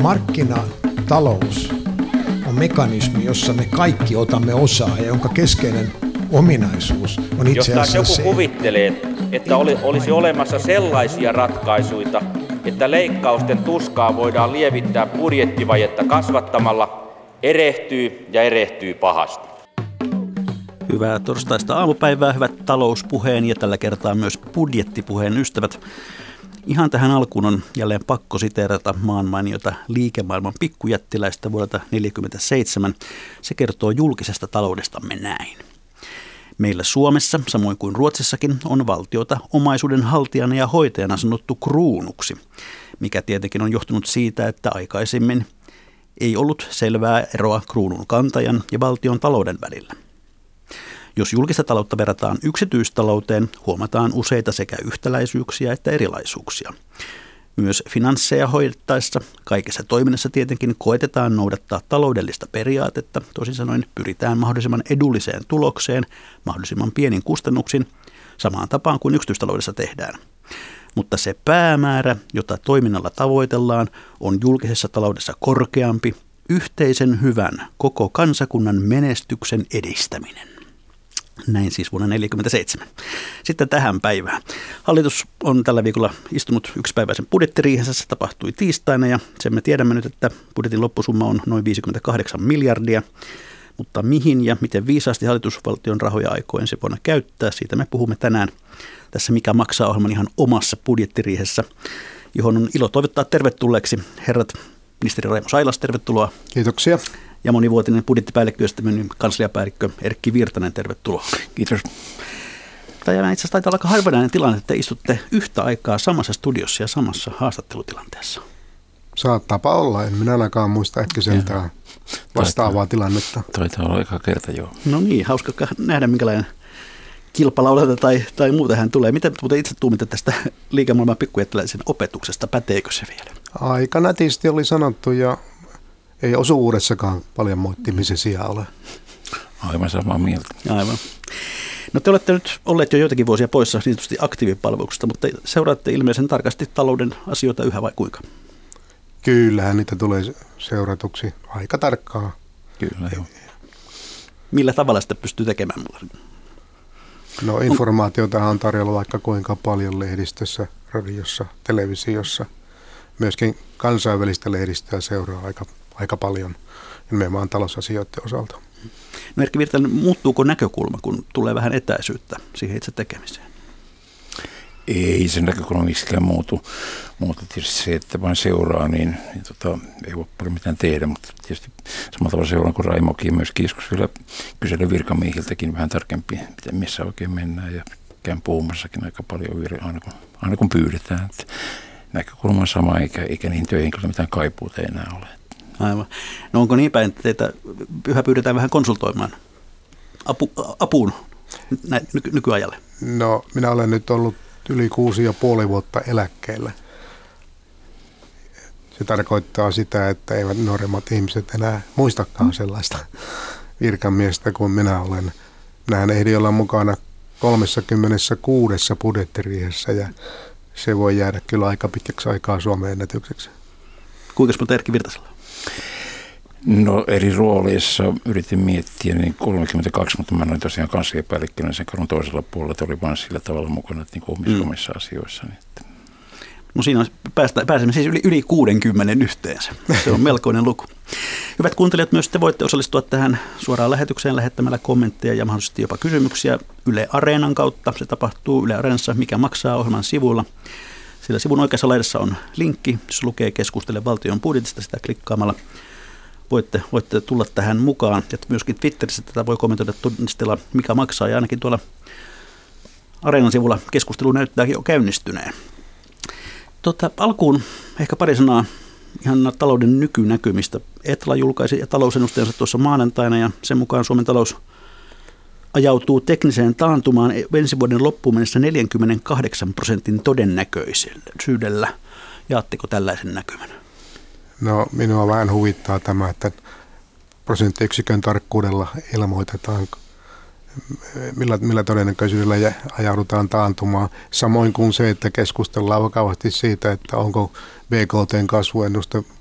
Markkinatalous on mekanismi, jossa me kaikki otamme osaa ja jonka keskeinen ominaisuus on itse asiassa jos joku kuvittelee, että olisi olemassa sellaisia ratkaisuja, että leikkausten tuskaa voidaan lievittää budjettivajetta kasvattamalla, erehtyy pahasti. Hyvää torstaista aamupäivää, hyvät talouspuheen ja tällä kertaa myös budjettipuheen ystävät. Ihan tähän alkuun on jälleen pakko siteerata maanmainiota liikemaailman pikkujättiläistä vuodelta 1947. Se kertoo julkisesta taloudestamme näin. Meillä Suomessa, samoin kuin Ruotsissakin, on valtiota omaisuuden haltijana ja hoitajana sanottu kruunuksi, mikä tietenkin on johtunut siitä, että aikaisemmin ei ollut selvää eroa kruunun kantajan ja valtion talouden välillä. Jos julkista taloutta verrataan yksityistalouteen, huomataan useita sekä yhtäläisyyksiä että erilaisuuksia. Myös finansseja hoidettaessa kaikessa toiminnassa tietenkin koetetaan noudattaa taloudellista periaatetta, toisin sanoen pyritään mahdollisimman edulliseen tulokseen, mahdollisimman pienin kustannuksin, samaan tapaan kuin yksityistaloudessa tehdään. Mutta se päämäärä, jota toiminnalla tavoitellaan, on julkisessa taloudessa korkeampi, yhteisen hyvän, koko kansakunnan menestyksen edistäminen. Näin siis vuonna 1947. Sitten tähän päivään. Hallitus on tällä viikolla istunut yksipäiväisen budjettiriihensä. Se tapahtui tiistaina ja sen me tiedämme nyt, että budjetin loppusumma on noin 58 miljardia. Mutta mihin ja miten viisaasti hallitus valtion rahoja aikoo ensi vuonna käyttää, siitä me puhumme tänään tässä Mikä maksaa -ohjelman ihan omassa budjettiriihessä, johon on ilo toivottaa tervetulleeksi herrat ministeri Raimo Sailas, tervetuloa. Kiitoksia. Ja monivuotinen budjettipäällikköstämme kansliapäällikkö Erkki Virtanen, tervetuloa. Kiitos. Tämä itse asiassa taitaa olla aika harvinainen tilanne, että istutte yhtä aikaa samassa studiossa ja samassa haastattelutilanteessa. Saattaapa olla, en minä ainakaan muista ehkä sentään vastaavaa tilannetta. Taitaa olla eka kerta, joo. No niin, hauska nähdä minkälainen kilpalaulata tai muuta hän tulee. Miten itse tuumitte tästä liikemaailman pikkujättiläisen opetuksesta, päteekö se vielä? Aika nätisti oli sanottu ja ei osuvuudessakaan paljon moittimisen sijaa ole. Aivan samaa mieltä. Aivan. No te olette nyt olleet jo joitakin vuosia poissa niin sanotusti aktiivipalveluksesta, mutta seuraatte ilmeisen tarkasti talouden asioita yhä vai kuinka? Kyllähän niitä tulee seuratuksi aika tarkkaan. Kyllä, joo. Millä tavalla sitä pystyy tekemään? No informaatiotahan on tarjolla vaikka kuinka paljon lehdistössä, radiossa, televisiossa. Myöskin kansainvälistä lehdistöä seuraa aika paljon nimenomaan talousasioiden osalta. No Erkki Virtanen, muuttuuko näkökulma, kun tulee vähän etäisyyttä siihen itse tekemiseen? Ei se näkökulma miksikään muutu. Tietysti se, että vain seuraa, niin ei voi paljon mitään tehdä, mutta tietysti samalla tavalla seuraan kuin Raimokin myöskin joskus vielä kysellä virkamiehiltäkin vähän tarkempi, missä oikein mennään ja käyn puhumassakin aika paljon aina kun pyydetään. Että näkökulma on sama, eikä niihin töihin kyllä mitään kaipuuta enää ole. Aivan. No onko niin päin, että teitä yhä pyydetään vähän konsultoimaan apuun nykyajalle? No minä olen nyt ollut yli 6,5 vuotta eläkkeellä. Se tarkoittaa sitä, että eivät nuoremmat ihmiset enää muistakaan sellaista virkamiestä kuin minä olen. Minähän ehdin olla mukana 36 budjettiriihessä ja se voi jäädä kyllä aika pitkäksi aikaa Suomen ennätykseksi. Kuinka monta Erkki Virtasella? No eri rooleissa yritin miettiä niin 32, mutta mä olin tosiaan kansliapäällikkönä sen kadun toisella puolella, että oli vain sillä tavalla mukana että niin omissa asioissa. Niin. No siinä pääsemme siis yli 60 yhteensä. Se on melkoinen luku. Hyvät kuuntelijat, myös te voitte osallistua tähän suoraan lähetykseen lähettämällä kommentteja ja mahdollisesti jopa kysymyksiä Yle Areenan kautta. Se tapahtuu Yle Areenassa Mikä maksaa -ohjelman sivuilla. Sillä sivun oikeassa laidassa on linkki, jos lukee Keskustele valtion budjetista, sitä klikkaamalla. Voitte tulla tähän mukaan. Ja myöskin Twitterissä tätä voi kommentoida tunnistella Mikä maksaa. Ja ainakin tuolla Areenan sivulla keskustelu näyttääkin jo käynnistyneen. Alkuun ehkä pari sanaa ihan talouden nykynäkymistä. Etla julkaisi talousennusteensa tuossa maanantaina ja sen mukaan Suomen talous ajautuu tekniseen taantumaan ensi vuoden loppuun mennessä 48% todennäköisyydellä. Jaatteko tällaisen näkymän? No minua vähän huvittaa tämä, että prosenttiyksikön tarkkuudella ilmoitetaan, millä todennäköisyydellä ajaudutaan taantumaan. Samoin kuin se, että keskustellaan vakavasti siitä, että onko BKT:n kasvuennuste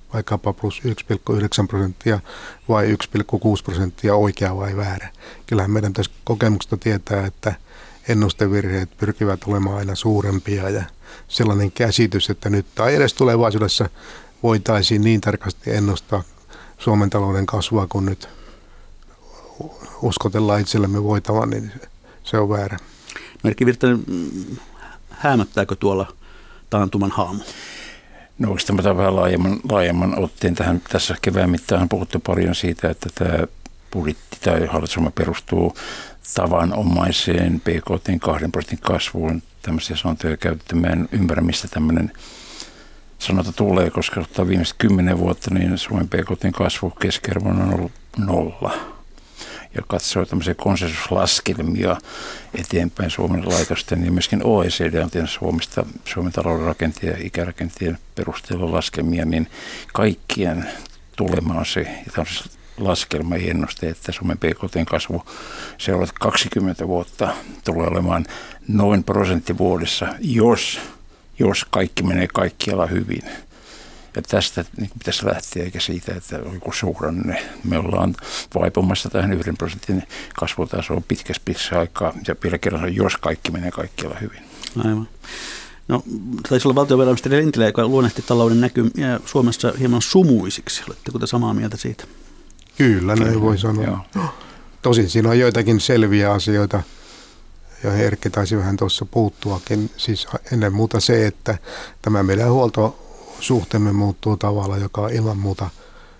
vaikkapa plus 1,9% vai 1,6% oikea vai väärä. Kyllähän meidän tässä kokemuksesta tietää, että ennustevirheet pyrkivät olemaan aina suurempia ja sellainen käsitys, että nyt tai edes tulevaisuudessa voitaisiin niin tarkasti ennustaa Suomen talouden kasvua, kun nyt uskotellaan itsellemme voitavan, niin se on väärä. Erkki Virtanen, häämöttääkö tuolla taantuman haamu? No oikeastaan mä vähän laajemman otteen tähän. Tässä kevään mittaan on puhuttu paljon siitä, että tämä budjetti tai hallitusohjelma perustuu tavanomaiseen BKT 2% kasvuun. Tämmöisiä sanontoja käytetty. Mä en ymmärrä, mistä tämmöinen sanota tulee, koska viimeiset 10 vuotta niin Suomen BKT kasvu keskiarvona on ollut 0. Ja katsoo tämmöisiä konsensuslaskelmia eteenpäin Suomen laitosten ja myöskin OECD on tehnyt Suomen talouden rakenteen ja ikärakenteen perusteella laskelmia, niin kaikkien tulema on se, että on siis laskelma ja ennuste, että Suomen BKT-kasvu seuraavat 20 vuotta tulee olemaan noin prosentti vuodessa, jos kaikki menee kaikkialla hyvin. Ja tästä niin pitäisi lähteä, eikä siitä, että on joku suhdanne. Me ollaan vaipumassa tähän 1% kasvutasoon pitkässä aikaa, ja vielä kerran, jos kaikki menee kaikkialla hyvin. Aivan. No, taisi olla valtiovarainministeri Lintilä, joka luonnehti talouden näkymiä Suomessa hieman sumuisiksi. Oletteko te samaa mieltä siitä? Kyllä, näin voi sanoa. Joo. Tosin siinä on joitakin selviä asioita, joihin Erkki taisi vähän tuossa puuttuakin. Siis ennen muuta se, että tämä meidän huoltosuhteemme muuttuu tavalla, joka ilman muuta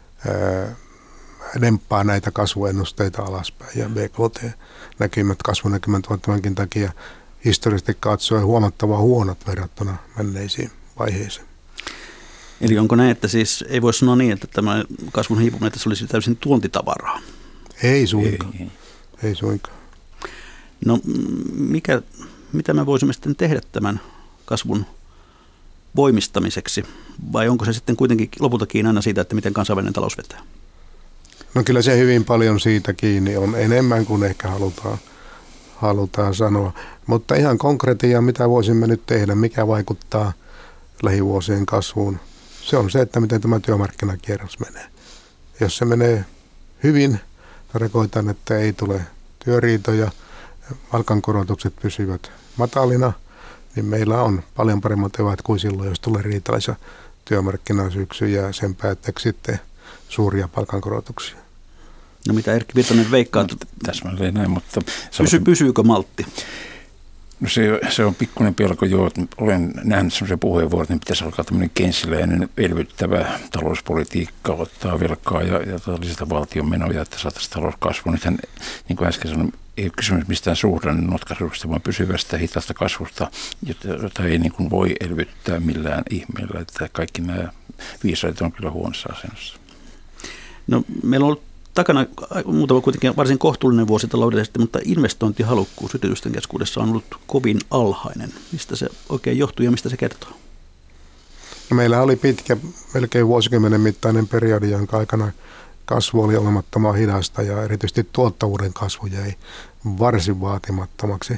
demppaa näitä kasvuennusteita alaspäin. Ja BKT-näkymät, kasvunäkymät ovat tämänkin takia historiallisesti katsoen huomattavan huonot verrattuna menneisiin vaiheisiin. Eli onko näin, että siis ei voi sanoa niin, että tämä kasvun hiipuminen, että se olisi täysin tuontitavaraa? Ei suinkaan. Ei suinkaan. No mitä me voisimme sitten tehdä tämän kasvun voimistamiseksi? Vai onko se sitten kuitenkin lopulta kiinni aina siitä, että miten kansainvälinen talous vetää? No kyllä se hyvin paljon siitä kiinni on, enemmän kuin ehkä halutaan sanoa. Mutta ihan konkreettia, mitä voisimme nyt tehdä, mikä vaikuttaa lähivuosien kasvuun, se on se, että miten tämä työmarkkinakierros menee. Jos se menee hyvin, tarkoitan, että ei tule työriitoja, palkankorotukset pysyvät matalina, niin meillä on paljon paremmat eväät kuin silloin, jos tulee riitaisa työmarkkinasyksy ja sen päätteeksi sitten suuria palkankorotuksia. No mitä Erkki Virtanen veikkaa? No, täsmälleen näin, mutta... Pysyykö maltti? No se on pikkuinen pelko, joo. Olen nähnyt sellaisia puheenvuoroja, että pitäisi alkaa tämmöinen keynesiläinen elvyttävä talouspolitiikka, ottaa velkaa ja lisätä valtion menoja, että saataisiin talouskasvua. Nythän, niin kuin äsken sanoin, ei ole kysymys mistään suhdanne notkahduksesta, vaan pysyvästä hitaasta kasvusta, jota ei niin kuin voi elvyttää millään ihmeellä. Että kaikki nämä viisaat on kyllä huonossa asennossa. No meillä on ollut takana muutama kuitenkin varsin kohtuullinen vuosi taloudellisesti, mutta investointihalukkuus yritysten keskuudessa on ollut kovin alhainen. Mistä se oikein johtuu ja mistä se kertoo? No meillä oli pitkä, melkein vuosikymmenen mittainen periodi, jonka aikana kasvu oli olemattoman hidasta ja erityisesti tuottavuuden kasvu jäi varsin vaatimattomaksi.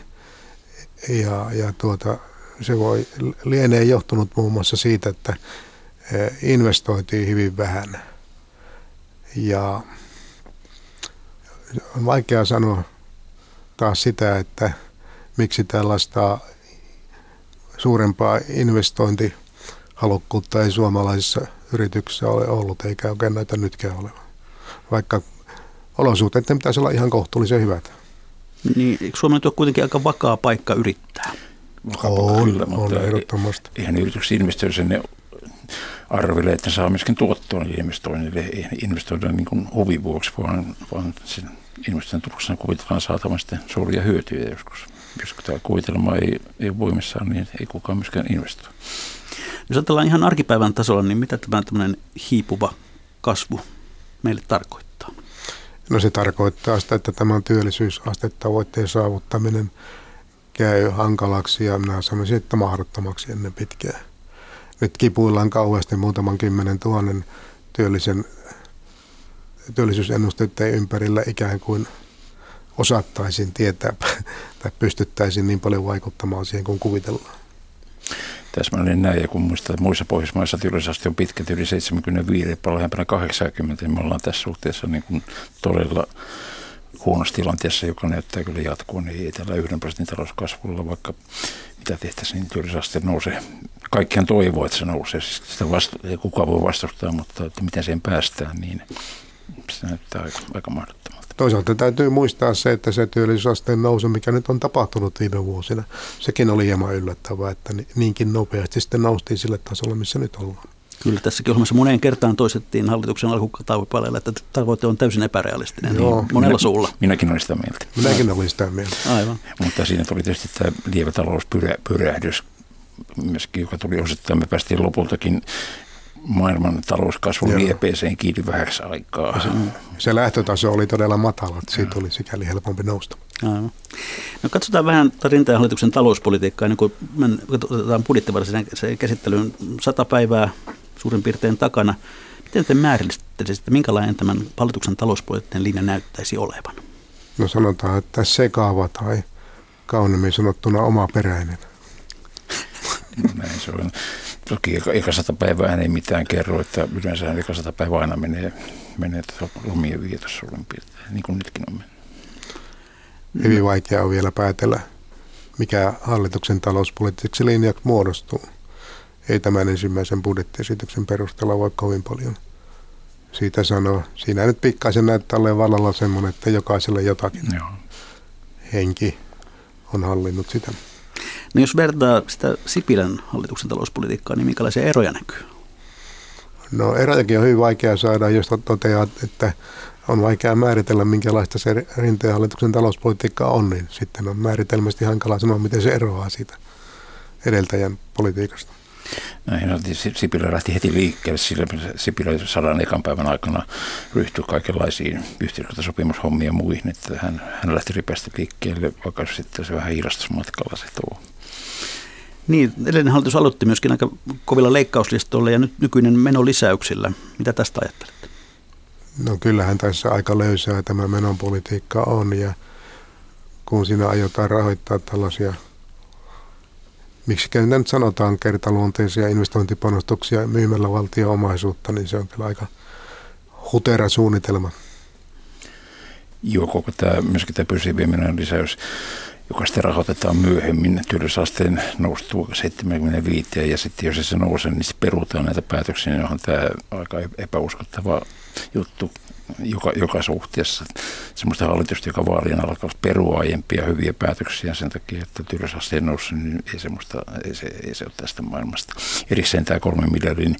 Se lienee johtunut muun muassa siitä, että investoitiin hyvin vähän. Ja on vaikea sanoa taas sitä, että miksi tällaista suurempaa investointihalukkuutta ei suomalaisissa yrityksissä ole ollut, eikä oikein näitä nytkään ole. Vaikka olosuhteiden pitäisi olla ihan kohtuullisen hyvät. Niin, eikö Suomi nyt ole kuitenkin aika vakaa paikka yrittää? On ehdottomasti. Eihän yritykset investoida, ne arvelee, että ne saa myöskin tuottoa investoinnille. Ei investoida niin kuin huvin vuoksi, vaan sen investoinnin tuloksena kuvitellaan saatavan sitten suuria hyötyjä joskus. Jos tämä kuvitelma ei ole voimissaan, niin ei kukaan myöskään investoi. Jos ajatellaan ihan arkipäivän tasolla, niin mitä tämä tämmöinen hiipuva kasvu meille tarkoittaa? No se tarkoittaa sitä, että tämän työllisyysastetavoitteen saavuttaminen käy hankalaksi ja minä sanoisin, että mahdottomaksi ennen pitkään. Nyt kipuillaan kauheasti muutaman 10 000 työllisyysennusteiden ympärillä ikään kuin osattaisiin tietää tai pystyttäisiin niin paljon vaikuttamaan siihen kuin kuvitellaan. täsmälleen näin. Ja kun muistaa, että muissa Pohjoismaissa työllisyysaste on pitkälti yli 75, paljon lähempänä 80, niin me ollaan tässä suhteessa niin kuin todella huonossa tilanteessa, joka näyttää kyllä jatkuu, niin ei tällä 1% talouskasvulla, vaikka mitä tehtäisiin, niin työllisyysaste nousee. Kaikkiaan toivoo, että se nousee. Siis sitä kukaan voi vastustaa, mutta että miten siihen päästään, niin se näyttää aika mahdottomalta. Toisaalta täytyy muistaa se, että se työllisyysasteen nousu, mikä nyt on tapahtunut viime vuosina, sekin oli hieman yllättävää, että niinkin nopeasti sitten noustiin sille tasolle, missä nyt ollaan. Kyllä tässäkin ohjelmassa moneen kertaan toistettiin hallituksen alkutaipaleella, että tavoite on täysin epärealistinen. Joo, niin monella suulla. Minäkin olin sitä mieltä. Minäkin olin sitä mieltä. Aivan. Mutta siinä tuli tietysti tämä lievä talouspyrähdys, myöskin, joka tuli osittain. Me päästiin lopultakin maailman talouskasvun liepeeseen kiinni vähäksi aikaa. Se lähtötaso oli todella matala, että siitä oli sikäli helpompi nousta. Aivan. No katsotaan vähän Rinteen hallituksen talouspolitiikkaa, niin kun otetaan budjettivarsinaisen käsittelyyn 100 päivää suurin piirtein takana. Miten te määrittelisitte, minkälainen tämän hallituksen talouspoliittinen linja näyttäisi olevan? No sanotaan, että sekaava tai kauniimmin sanottuna omaperäinen. No näin se on. Toki eka 100 päivää ei mitään kerro, että yleensä eka 100 päivää aina menee lomien viitos suurin piirtein, niin kuin nytkin on mennyt. Hyvin vaikea on vielä päätellä, mikä hallituksen talouspoliittiseksi linjaksi muodostuu. Ei tämän ensimmäisen budjettiesityksen perusteella voi kovin paljon siitä sanoa. Siinä nyt pikkaisen näyttää olevan vallalla semmoinen, että jokaiselle jotakin. Joo. Henki on hallinnut sitä. No jos vertaa sitä Sipilän hallituksen talouspolitiikkaa, niin minkälaisia eroja näkyy? No erojakin on hyvin vaikea saada, jos toteaa, että on vaikea määritellä, minkälaista se Rinteen hallituksen talouspolitiikka on, niin sitten on määritelmästi hankalaa sanoa, miten se eroaa siitä edeltäjän politiikasta. Näin Sipilä lähti heti liikkeelle, sillä Sipilä 100 ekan päivän aikana ryhtyi kaikenlaisiin yhteiskuntasopimushommiin ja muihin, että hän lähti ripeästi liikkeelle, vaikka sitten se vähän hiirastusmatkalla se tuo. Niin, edellinen hallitus aloitti myöskin aika kovilla leikkauslistoilla ja nyt nykyinen menolisäyksillä. Mitä tästä ajattelette? No kyllähän tässä aika löysää tämä menopolitiikka on, ja kun siinä aiotaan rahoittaa tällaisia, miksi nyt sanotaan, kertaluonteisia investointipanostuksia myymällä valtion omaisuutta, niin se on kyllä aika hutera suunnitelma. Joo, myöskin tämä pysyvien menojen lisäys, joka sitten rahoitetaan myöhemmin työllisyysasteen noustua 75, ja sitten jos se nousee, niin sitten perutaan näitä päätöksiä, niin onhan tämä aika epäuskottava juttu joka suhteessa. Semmoista hallitusta, joka vaalien alkaa perua aiempia hyviä päätöksiä sen takia, että työllisyysasteen nousu, niin ei se ole tästä maailmasta. Erikseen tämä 3 miljardin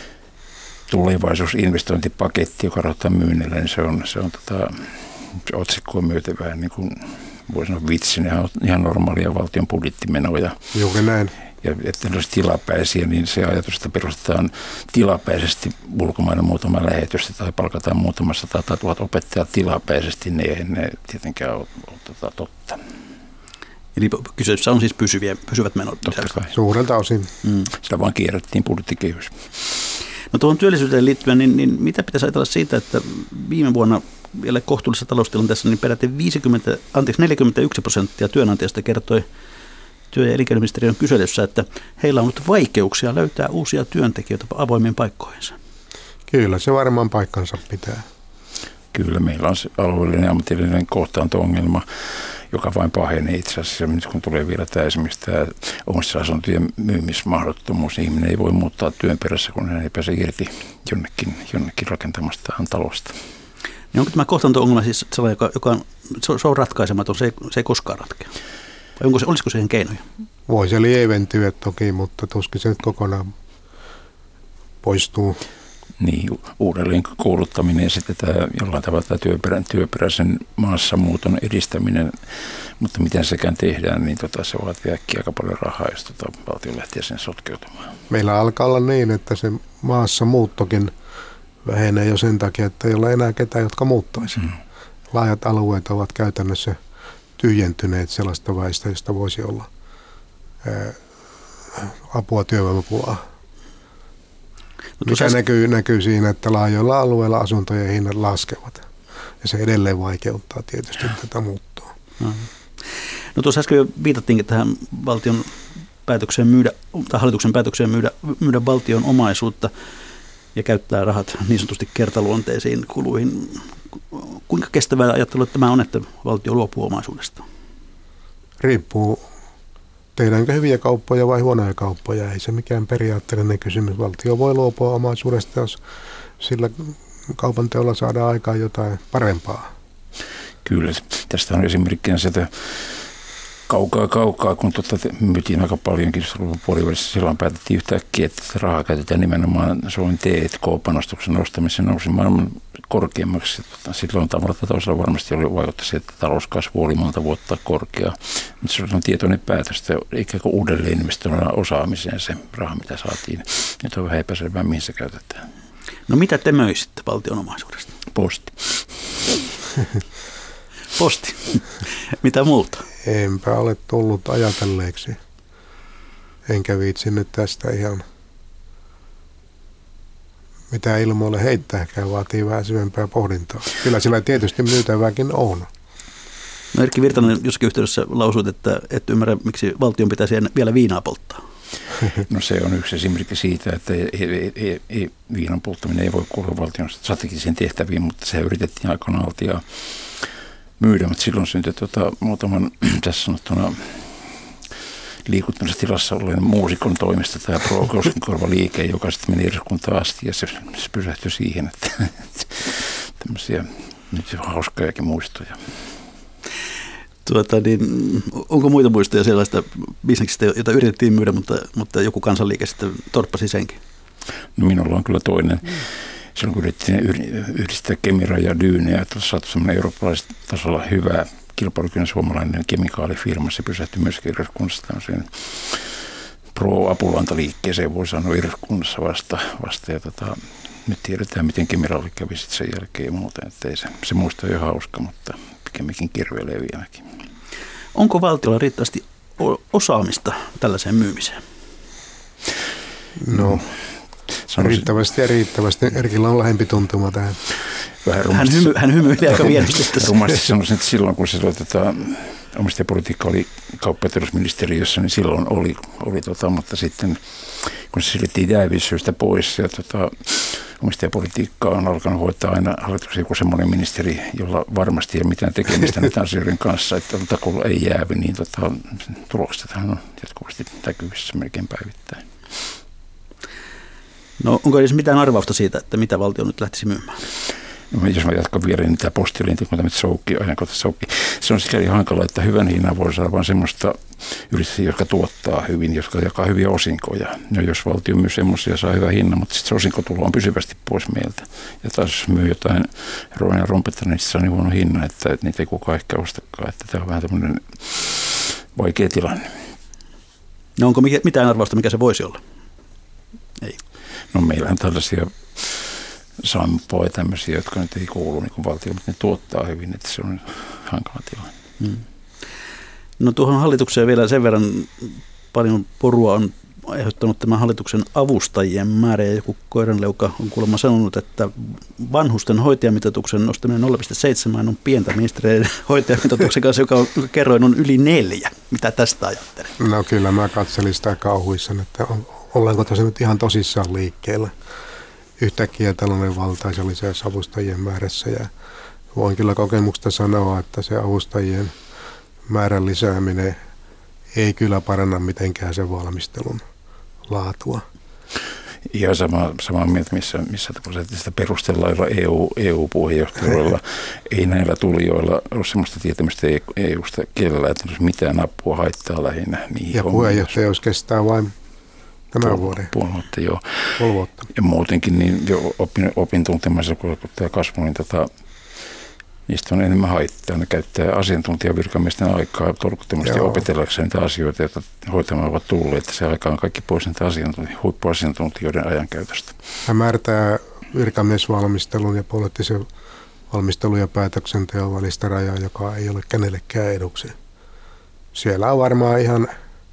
tulevaisuusinvestointipaketti, joka rahoittaa myynnillä, niin se on otsikkoa myöten vähän niin kuin voi sanoa vitsin, ihan normaalia valtion budjettimenoja. Juuri näin. Ja että ne olisi tilapäisiä, niin se ajatus, että perustetaan tilapäisesti ulkomailla muutama lähetystä tai palkataan muutama 100 tai 1000 opettajat tilapäisesti, niin eihän ne tietenkään ole totta. Eli kyseessä on siis pysyvät menot. Suurelta osin. Sitä vaan kierrettiin budjettikehys. No tuohon työllisyyteen liittyen, niin mitä pitäisi ajatella siitä, että viime vuonna vielä kohtuullisessa taloustilanteessa niin peräti 41% työnantajasta kertoi työ- ja elinkeinoministeriön kyselyssä, että heillä on ollut vaikeuksia löytää uusia työntekijöitä avoimiin paikkoihinsa. Kyllä, se varmaan paikkansa pitää. Kyllä, meillä on se alueellinen ja ammatillinen kohtaanto-ongelma, joka vain pahenee itse asiassa. Nyt kun tulee vielä esimerkiksi tämä omissa asuntojen myymismahdottomuus, niin ihminen ei voi muuttaa työn perässä, kun hän ei pääse irti jonnekin rakentamastaan talosta. Niin onko tämä kohtaanto-ongelma siis sellainen, joka se on ratkaisematon, se ei koskaan ratkea? Vai olisiko siihen keinoja? Voi se lieventyä toki, mutta tuskin se nyt kokonaan poistuu. Niin, uudelleen kouluttaminen ja sitten tämä jollain tavalla tämä työperäisen maassamuuton edistäminen, mutta miten sekään tehdään, niin se vaatii äkkiä aika paljon rahaa, jos valtio lähtee sen sotkeutumaan. Meillä alkaa olla niin, että se maassamuuttokin vähenee jo sen takia, että ei ole enää ketään, jotka muuttaisi. Laajat alueet ovat käytännössä tyhjentyneet sellaista väistä, josta voisi olla apua työvoimapulaa. Mikä näkyy siinä, että laajoilla alueilla asuntojen hinnat laskevat. Ja se edelleen vaikeuttaa tietysti tätä muuttoa. No tuossa äsken jo viitattiinkin tähän valtion hallituksen päätökseen myydä valtion omaisuutta ja käyttää rahat niin sanotusti kertaluonteisiin kuluihin. Kuinka kestävää ajattelua tämä on, että valtio luopuu omaisuudesta? Riippuu, tehdäänkö hyviä kauppoja vai huonoja kauppoja. Ei se mikään periaatteellinen kysymys. Valtio voi luopua omaisuudesta, jos sillä kaupan teolla saadaan aikaan jotain parempaa. Kyllä, tästä on esimerkkinä sitä kaukaa, kun myytiin aika paljonkin puolivälissä, silloin päätettiin yhtäkkiä, että rahaa käytetään nimenomaan Suomen T&K-panostuksen nostamiseen, nousi maailman korkeammaksi. Silloin tavalla toisella varmasti oli vaikutus, että talouskasvu oli monta vuotta korkea, mutta se on tietoinen päätös, ikään kuin uudelleen investoida osaamiseen se raha, mitä saatiin. Nyt on vähän epäselvää, mihin se käytetään. No mitä te möisitte valtion omaisuudesta? Posti. Posti. Mitä muuta? Enpä ole tullut ajatelleeksi. Enkä viitsi nyt tästä ihan mitä ilmoille heittääkään, vaatii vähän syvempää pohdintaa. Kyllä sillä tietysti myytävääkin on. No Erkki Virtanen jossakin yhteydessä lausuit, että et ymmärrä, miksi valtion pitäisi vielä viinaa polttaa. No se on yksi esimerkki siitä, että viinan polttaminen ei voi kuulua valtion strategisiin tehtäviin, mutta se yritettiin aikanaan altia myydä, mutta silloin syntyi muutaman tässä sanottuna liikuttuneessa tilassa olleen muusikon toimesta tämä Pro-Koskenkorva-liike, joka sitten meni eduskuntaan asti ja se pysähtyi siihen, että tämmöisiä nyt hauskojakin muistoja. Onko muita muistoja sellaista bisneksistä, jota yritettiin myydä, mutta joku kansanliike sitten torppasi senkin? No minulla on kyllä toinen. Silloin kun yritettiin yhdistää Kemira ja Dyyneä, että olisi saatu semmoinen eurooppalaisella tasolla hyvä kilpailukykyinen suomalainen kemikaalifirma. Se pysähtyi myöskin eduskunnassa tämmöiseen pro-apulantaliikkeeseen, voi sanoa eduskunnassa vasta ja nyt tiedetään, miten Kemiralle kävi sitten sen jälkeen ja muuten. Että se muisto on jo hauska, mutta pikemminkin kirveilee vieläkin. Onko valtiolla riittävästi osaamista tällaiseen myymiseen? No, riittävästi ja riittävästi. Erkillä on lähempi tuntuma tähän. Hän hymyilee aika vienosti. Rumasti sanoisin, että silloin kun se omistajapolitiikka oli kauppa- ja terveysministeriössä, niin silloin oli mutta sitten kun se siirrettiin jäävisyystä pois ja omistajapolitiikkaa on alkanut hoitaa aina hallituksen joku semmoinen ministeri, jolla varmasti ei ole mitään tekemistä näiden asioiden kanssa, että kun ei jäävi, niin tuloksethan on jatkuvasti näkyvissä melkein päivittäin. No onko edes mitään arvausta siitä, että mitä valtio nyt lähtisi myymään? No, jos mä jatkan vielä, niin tämä postilinti, kun tämä ajankohtaissoukki, se on sikäli hankala, että hyvän hinnan voi saada vain semmoista yrityksiä, jotka tuottaa hyvin, jotka jakaa hyviä osinkoja. No, jos valtio myy semmoisia, saa hyvän hinnan, mutta sitten se osinkotulo on pysyvästi pois meiltä. Ja taas jos myy jotain roina ja rompetta, niin se on niin huono hinna, että niitä ei kukaan ehkä ostakaan. Että tämä on vähän tämmöinen vaikea tilanne. No onko mitään arvausta, mikä se voisi olla? Ei. No meillä on tällaisia sampoja tämmöisiä, jotka nyt ei kuulu niin kuin valtio, mutta ne tuottaa hyvin, että se on hankala tilanne. No tuohon hallitukseen vielä sen verran paljon porua on aiheuttanut tämän hallituksen avustajien määrä, ja joku koiranleuka on kuulemma sanonut, että vanhusten hoitajamitoituksen nostaminen 0,7 on pientä ministereiden hoitajamitoituksen kanssa, joka kerroin on yli 4. Mitä tästä ajattelee? No kyllä mä katselin sitä kauhuissani, että ollaanko tässä nyt ihan tosissaan liikkeellä. Yhtäkkiä tällainen valtaisa lisäys avustajien määrässä ja voin kyllä kokemuksesta sanoa, että se avustajien määrän lisääminen ei kyllä paranna mitenkään sen valmistelun laatua. Ihan samaa mieltä, missä sitä perustellaan EU-puheenjohtajilla. Ei näillä tulijoilla ole sellaista tietämystä EUsta kellään, että olisi mitään apua haittaa lähinnä. Ja puheenjohtajuus kestää vain tämän vuoden. Puoli vuotta, joo. Puoli vuotta. Ja muutenkin niin jo opintuntemassa, kun tämä kasvu, niin niistä on enemmän haittaa. Ne käyttää asiantuntijavirkamiesten aikaa tolkuttomasti opetellakseen niitä asioita, joita hoitamaan ovat tulleet. Että se aika on kaikki pois niitä huippuasiantuntijoiden ajankäytöstä. Hän määrittää virkamiesvalmistelun ja poliittisen valmistelun ja päätöksenteon välistä rajaa, joka ei ole kenellekään eduksi. Siellä on varmaan ihan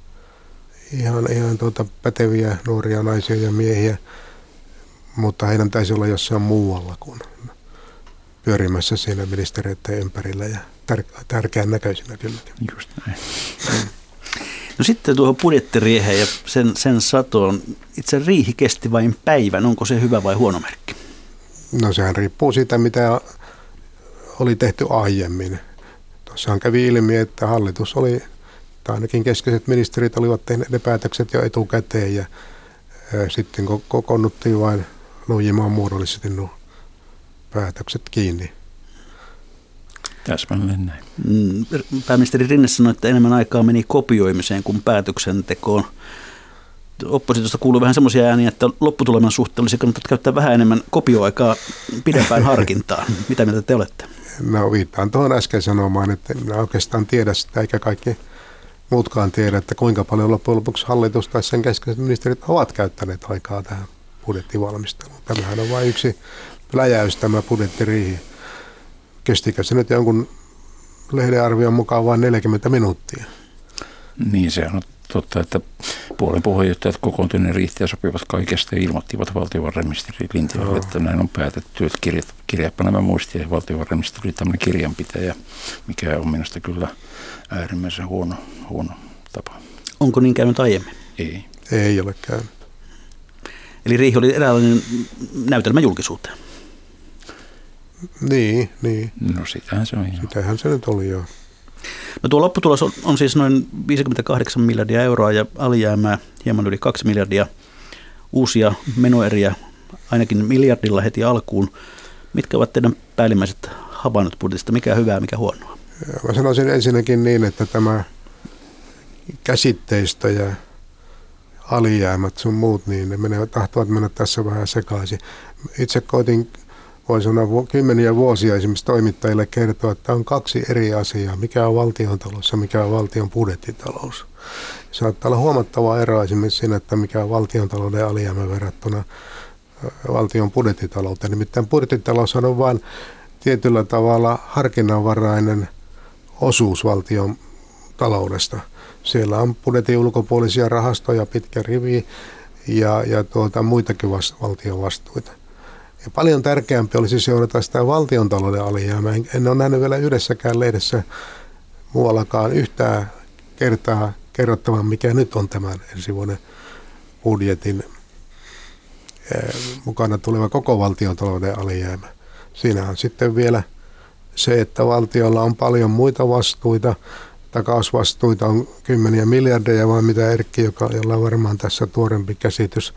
päteviä nuoria naisia ja miehiä, mutta heidän täytyy olla jossain muualla kuin pyörimässä siinä ministeriöiden ympärillä ja tärkeän näköisinä kyllä. Just näin. No sitten tuohon budjettiriiheen ja sen satoon. Itse riihi kesti vain päivän. Onko se hyvä vai huono merkki? No sehän riippuu siitä, mitä oli tehty aiemmin. Tuossahan kävi ilmi, että hallitus oli, tai ainakin keskeiset ministerit olivat tehneet ne päätökset jo etukäteen ja sitten kokoonnuttiin vain nuijimaan muodollisesti nuo päätökset kiinni. Täsmälleen näin. Pääministeri Rinne sanoi, että enemmän aikaa meni kopioimiseen kuin päätöksentekoon. Oppositiosta kuuluu vähän semmoisia ääniä, että lopputuleman suhteen olisi kannattaa käyttää vähän enemmän kopioaikaa pidempään harkintaan. Mitä mieltä te olette? No viittaan tuohon äsken sanomaan, että minä oikeastaan tiedä sitä, eikä kaikki muutkaan tiedä, että kuinka paljon loppujen lopuksi hallitus tai sen keskeiset ministerit ovat käyttäneet aikaa tähän budjettivalmisteluun. Tämähän on vain yksi läjäys, tämä budjettiriihi. Kestikö se nyt jonkun lehden arvion mukaan vain 40 minuuttia? Niin, se on totta, että puolen puheenjohtajat kokoontuneet riihti ja sopivat kaikesta ja ilmoittivat valtiovarainministeri Lintilälle, että näin on päätetty, että kirjappa nämä muistia. Ja valtiovarainministeri oli tämmöinen kirjanpitäjä, mikä on minusta kyllä äärimmäisen huono tapa. Onko niin käynyt aiemmin? Ei. Ei ole käynyt. Eli riihi oli eräänlainen näytelmä julkisuuteen. Niin. No sitähän se on. Sitähän se nyt oli jo. No tuo lopputulos on siis noin 58 miljardia euroa ja alijäämää hieman yli 2 miljardia. Uusia menoeriä ainakin miljardilla heti alkuun. Mitkä ovat teidän päällimmäiset havainnot budjetista? Mikä on hyvää, mikä huonoa? Mä sanoisin ensinnäkin niin, että tämä käsitteistö ja alijäämät sun muut, niin ne tahtovat mennä tässä vähän sekaisin. Itse koitin, voin sanoa, kymmeniä vuosia esimerkiksi toimittajille kertoa, että on kaksi eri asiaa, mikä on valtiontalous ja mikä on valtion budjettitalous. Saattaa olla huomattava ero esimerkiksi siinä, että mikä on valtiontalouden alijäämä verrattuna valtion budjettitalouteen. Nimittäin budjettitalous on vain tietyllä tavalla harkinnanvarainen osuus valtion taloudesta. Siellä on budjetin ulkopuolisia rahastoja, pitkä rivi ja muitakin valtion vastuita. Ja paljon tärkeämpi olisi seurata sitä valtiontalouden alijäämää. En ole nähnyt vielä yhdessäkään lehdessä muuallakaan yhtään kertaa kerrottavan, mikä nyt on tämän ensi vuoden budjetin mukana tuleva koko valtiontalouden alijäämä. Siinä on sitten vielä se, että valtiolla on paljon muita vastuita. Takausvastuita on kymmeniä miljardeja, vaan mitä Erkki, jolla on varmaan tässä tuorempi käsitys.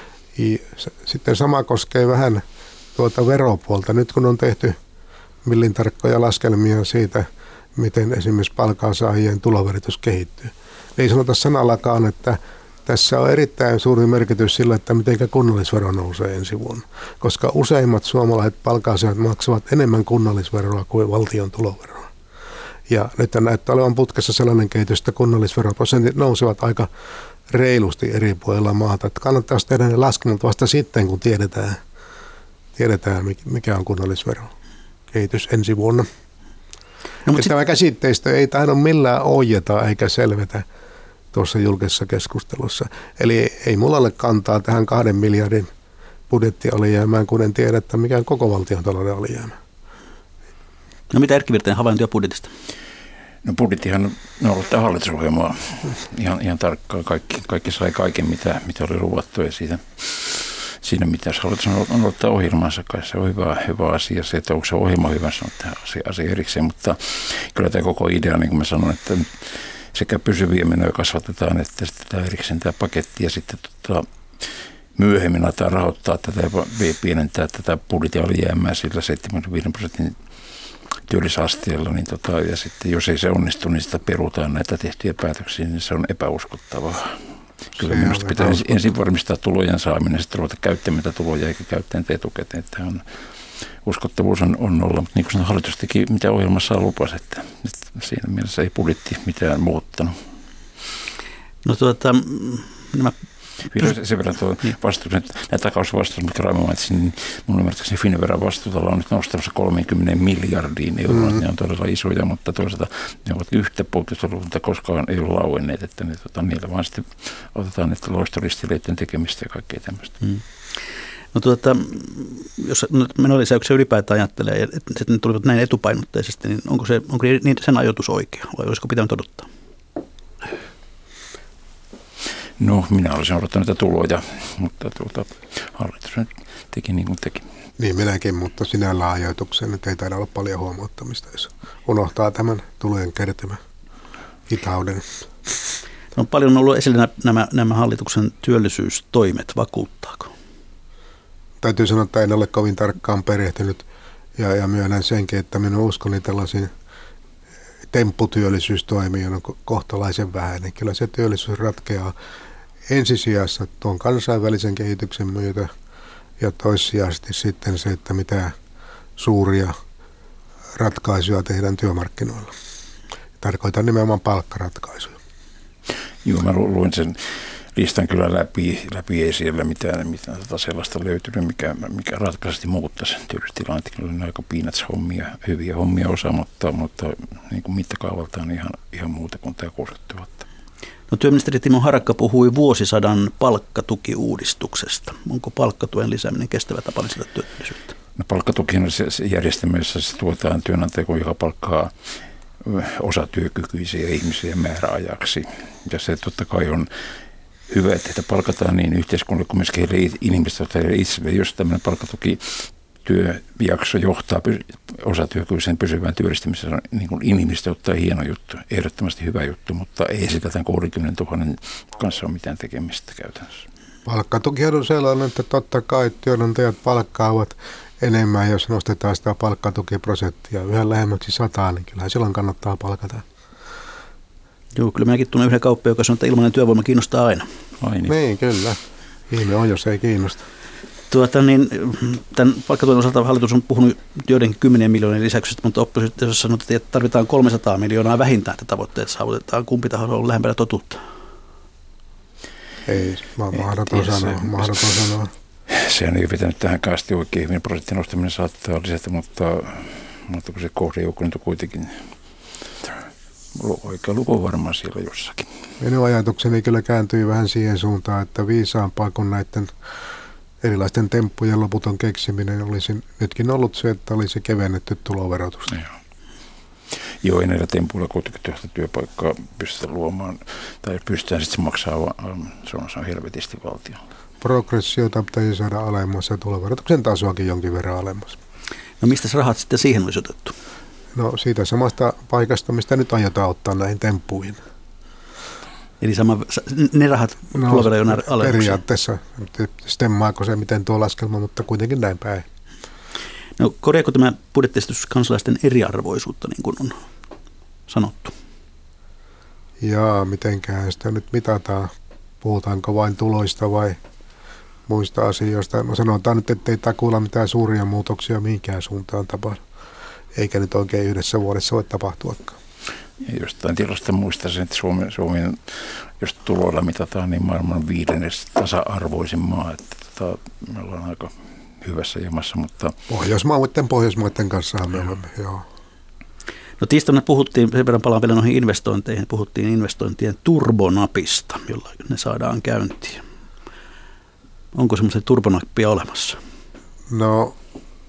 Sitten sama koskee vähän tuota veropuolta. Nyt kun on tehty millintarkkoja laskelmia siitä, miten esimerkiksi palkansaajien tuloverotus kehittyy. Ei sanota sanallakaan, että tässä on erittäin suuri merkitys sillä, että miten kunnallisvero nousee ensi vuonna. Koska useimmat suomalaiset palkansaajat maksavat enemmän kunnallisveroa kuin valtion tuloveroa. Ja nyt näyttää olevan putkessa sellainen kehitys, että kunnallisveroprosentit nousevat aika reilusti eri puolilla maata. Että kannattaisi tehdä ne laskelmat vasta sitten, kun tiedetään mikä on kunnallisvero kehitys ensi vuonna. No, tämä käsitteistö ei tahdo millään ohjata eikä selvetä tuossa julkisessa keskustelussa. Eli ei mulla ole kantaa tähän 2 miljardin budjettialijäämään, kun en tiedä, että mikä on koko valtiontalouden alijäämä. No mitä Erkki Virtanen havaintoja budjetista? No budjettihan noudattaa hallitusohjelmaa ihan tarkkaan. Kaikki sai kaiken, mitä oli luvattu ja siinä mitä hallitus noudattaa ohjelmansa kai. Se on hyvä asia. Se, että onko se ohjelma hyvä, se on tähän asia erikseen. Mutta kyllä tämä koko idea, niin kuin mä sanoin, että sekä pysyviä menoja kasvatetaan, että sitten erikseen tämä paketti ja sitten myöhemmin aletaan rahoittaa tätä ja pienentää tätä budjetin alijäämää sillä 75% työllisyysasteella, niin ja sitten jos ei se onnistu, niin sitä perutaan näitä tehtyjä päätöksiä, niin se on epäuskottavaa. Kyllä minusta pitää ensin varmistaa tulojen saaminen, sitten ruveta käyttämään tuloja eikä käyttää etukäteen. Tämä uskottavuus on nolla, mutta niin kuin hallitus teki, mitä ohjelmassa lupasi, että siinä mielessä ei budjetti mitään muuttanut. No nämä sen verran tuo vastuus, nämä takausvastuus, mitkä Raimo mainitsi, niin mun ymmärtääkseni Finnveran vastuuta on nyt nostamassa 30 miljardiin euroa. Ne on todella isoja, mutta toisaalta ne ovat yhtä poikkeusolulta koskaan ei ole lauenneet, että niillä vaan sitten otetaan että loistoristileiden tekemistä ja kaikkea tämmöistä. No jos menolisäyksiä ylipäätään ajattelee, että ne tulivat näin etupainotteisesti, niin onko sen ajoitus oikea vai olisiko pitänyt odottaa? No, minä olisin odottanut näitä tuloja, mutta hallitus nyt teki niin kuin teki. Niin minäkin, mutta sinällään ajoitukseen nyt ei taida olla paljon huomauttamista, jos unohtaa tämän tulojen kertymän hitauden. No, paljon on ollut esillä nämä hallituksen työllisyystoimet, vakuuttaako? Täytyy sanoa, että en ole kovin tarkkaan perehtynyt ja myönnän senkin, että minun uskoni tällaisiin tempputyöllisyystoimiin on kohtalaisen vähäinen. Kyllä se työllisyys ratkeaa ensisijassa tuon kansainvälisen kehityksen myötä ja toissijaisesti sitten se, että mitä suuria ratkaisuja tehdään työmarkkinoilla. Tarkoitan nimenomaan palkkaratkaisuja. Joo, mä luin sen listan kyllä läpi ei siellä mitään sellaista löytynyt, mikä ratkaisesti muuttaisi työllisyystilanteen. Kyllä on aika peanuts-hommia, hyviä hommia osa, mutta niin kuin mittakaavaltaan ihan muuta kuin tämä 60 000. No, työministeri Timo Harakka puhui vuosisadan palkkatukiuudistuksesta. Onko palkkatuen lisääminen kestävä tapa lisätä työllisyyttä? No, palkkatuki on se järjestelmä, jossa se tuetaan työnantaja, joka palkkaa osatyökykyisiä ihmisiä määräajaksi. Ja se totta kai on hyvä, että heitä palkataan niin yhteiskunnalle kuin myöskin heille ihmisille itselle. Jos tämmöinen palkkatukityöjakso johtaa osatyökykyisen pysyvään työllistämiseen, niin kuin inhimillisesti ottaen hieno juttu, ehdottomasti hyvä juttu, mutta ei sitä tämän 60 000 kanssa ole mitään tekemistä käytännössä. Palkkatuki on sellainen, että totta kai työnantajat palkkaavat enemmän, jos nostetaan sitä palkkatukiprosenttia yhä lähemmäksi 100, niin kyllähän silloin kannattaa palkata. Joo, kyllä minäkin tunnen yhden kauppiaan, joka sanoo, että ilmainen työvoima kiinnostaa aina. Niin, kyllä. Ihme on, jos ei kiinnosta. Tämän palkkatuen osalta hallitus on puhunut joidenkin 10 miljoonien lisäyksestä, mutta oppositiossa sanottiin, että tarvitaan 300 miljoonaa vähintään, että tavoitteet saavutetaan. Kumpi tahansa on lähempänä totuutta? Ei, mahdoton sanoa. Sehän ei pitänyt tähän asti oikein hyvin. Prosentin nostaminen saattaa lisätä, mutta kun se kohdejoukko nyt on kuitenkin oikea luku on varmaan siellä jossakin. Minun ajatukseni kyllä kääntyi vähän siihen suuntaan, että viisaampaa kuin näiden erilaisten temppujen loputon keksiminen olisi nytkin ollut se, että olisi kevennetty tuloverotusta. Joo, ei näillä tempuilla kuitenkin työpaikkaa pystytä luomaan, tai pystytään sitten maksaa, se on helvetisti valtio. Progressiota pitäisi saada alemmas ja tuloverotuksen tasoakin jonkin verran alemmas. No, mistä rahat sitten siihen olisi otettu? No, siitä samasta paikasta, mistä nyt aiotaan ottaa näihin temppuihin. Eli ne rahat tuloveroja on alemmas? Periaatteessa. Stemmaako se miten tuo laskelma, mutta kuitenkin näin päin. No, korjaako tämä budjettiesitys kansalaisten eriarvoisuutta, niin kuin on sanottu? Jaa, mitenkään sitä nyt mitataan. Puhutaanko vain tuloista vai muista asioista? No, sanotaan nyt, ettei takuilla mitään suuria muutoksia mihinkään suuntaan tapahdu. Eikä nyt oikein yhdessä vuodessa voi tapahtuakaan. Ja jostain tilasta muistaisin, että Suomen, jos tuloilla mitataan, niin maailman 5. tasa-arvoisin maa. Että me ollaan aika hyvässä jamassa, mutta Pohjoismaiden kanssa me olemme, joo. No, tiistaina puhuttiin, sen verran palaan vielä noihin investointeihin, puhuttiin investointien turbonapista, jolla ne saadaan käyntiin. Onko semmoisia turbonappia olemassa? No,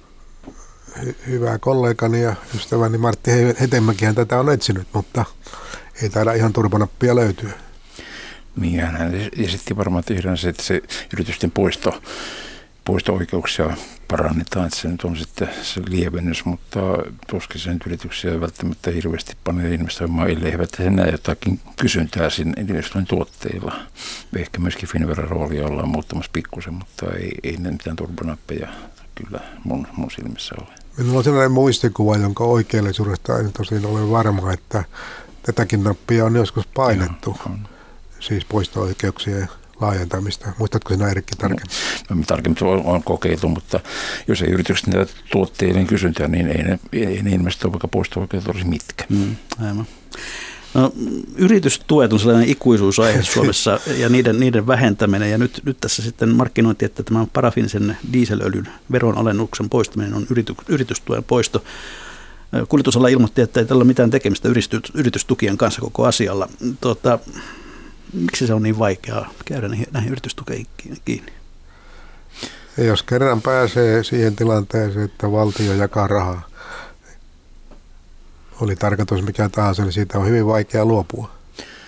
hyvä kollegani ja ystäväni Martti Hetemäkihän tätä on etsinyt, mutta ei taida ihan turbonappia löytyä. Niin, hän esitti varmaan tehdään se, että se yritysten poisto-oikeuksia parannetaan, että se nyt on sitten se lievennys, mutta tuskin sen yrityksiä välttämättä hirveästi panee investoimaan, ellei eivät he näe jotakin kysyntää siinä investoinnin tuotteilla. Ehkä myöskin Finnveran roolia ollaan muuttamassa pikkusen, mutta ei ne mitään turbonappeja kyllä mun silmissä ole. Minulla on sellainen muistikuva, jonka oikeellisuudesta en tosin ole varma, että tätäkin nappia on joskus painettu, siis poisto-oikeuksien laajentamista. Muistatko sinä, Erkki, tarkemmin? No, tarkemmin on kokeiltu, mutta jos ei yritykset näitä tuotteiden kysyntää, niin ei ne ilmeisesti vaikka poisto-oikeudet olisi mitkä. Aivan. No, yritystuet on sellainen ikuisuusaihe Suomessa ja niiden vähentäminen. Ja nyt tässä sitten markkinointi, että tämä parafiinisen dieselöljyn veronalennuksen poistaminen on yritystuen poisto. Kuljetusala ilmoitti, että ei tällä ole mitään tekemistä yritystukien kanssa koko asialla. Miksi se on niin vaikeaa käydä näihin yritystukeihin kiinni? Ja jos kerran pääsee siihen tilanteeseen, että valtio jakaa rahaa, oli tarkoitus mikä tahansa, niin siitä on hyvin vaikea luopua.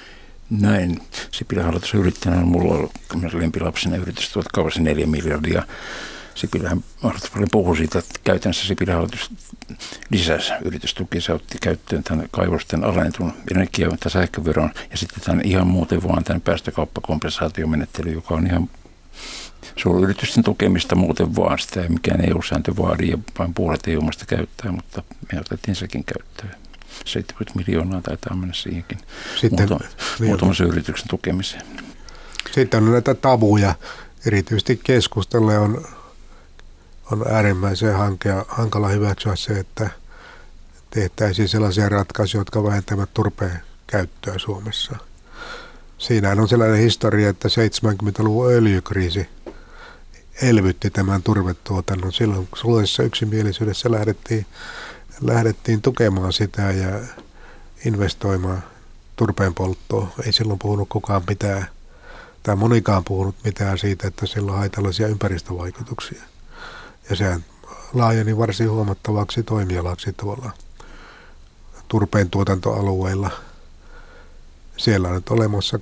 Näin. Sipilän hallitus yrittäjänä, mulla on lempilapsena yritys tuolta kauas 4 miljardia. Sipilän hallitus paljon puhui siitä, että käytännössä Sipilän hallitus lisäsi yritystukia. Se otti käyttöön tämän kaivosten alennetun energia- tai sähköveron ja sitten tämän ihan muuten vaan tämän päästökauppakompensaatiomenettely, joka on ihan suuryritysten tukemista muuten vaan. Sitä ei mikään EU-sääntö vaadi ja vain puolet EU-maista käyttää, mutta me otettiin sekin käyttöön. 70 miljoonaa taitaa mennä siihenkin muutamassa yrityksen tukemiseen. Sitten on näitä tabuja. Erityisesti keskustalle on äärimmäisen hankala hyväksyä se, että tehtäisiin sellaisia ratkaisuja, jotka vähentävät turpeen käyttöä Suomessa. Siinähän on sellainen historia, että 70-luvun öljykriisi elvytti tämän turvetuotannon. Silloin suljeessa yksimielisyydessä lähdettiin tukemaan sitä ja investoimaan turpeen polttoon. Ei silloin puhunut kukaan mitään, tai monikaan puhunut mitään siitä, että sillä on haitallisia ympäristövaikutuksia. Ja sehän laajeni varsin huomattavaksi toimialaksi tuolla turpeen tuotantoalueilla. Siellä on nyt olemassa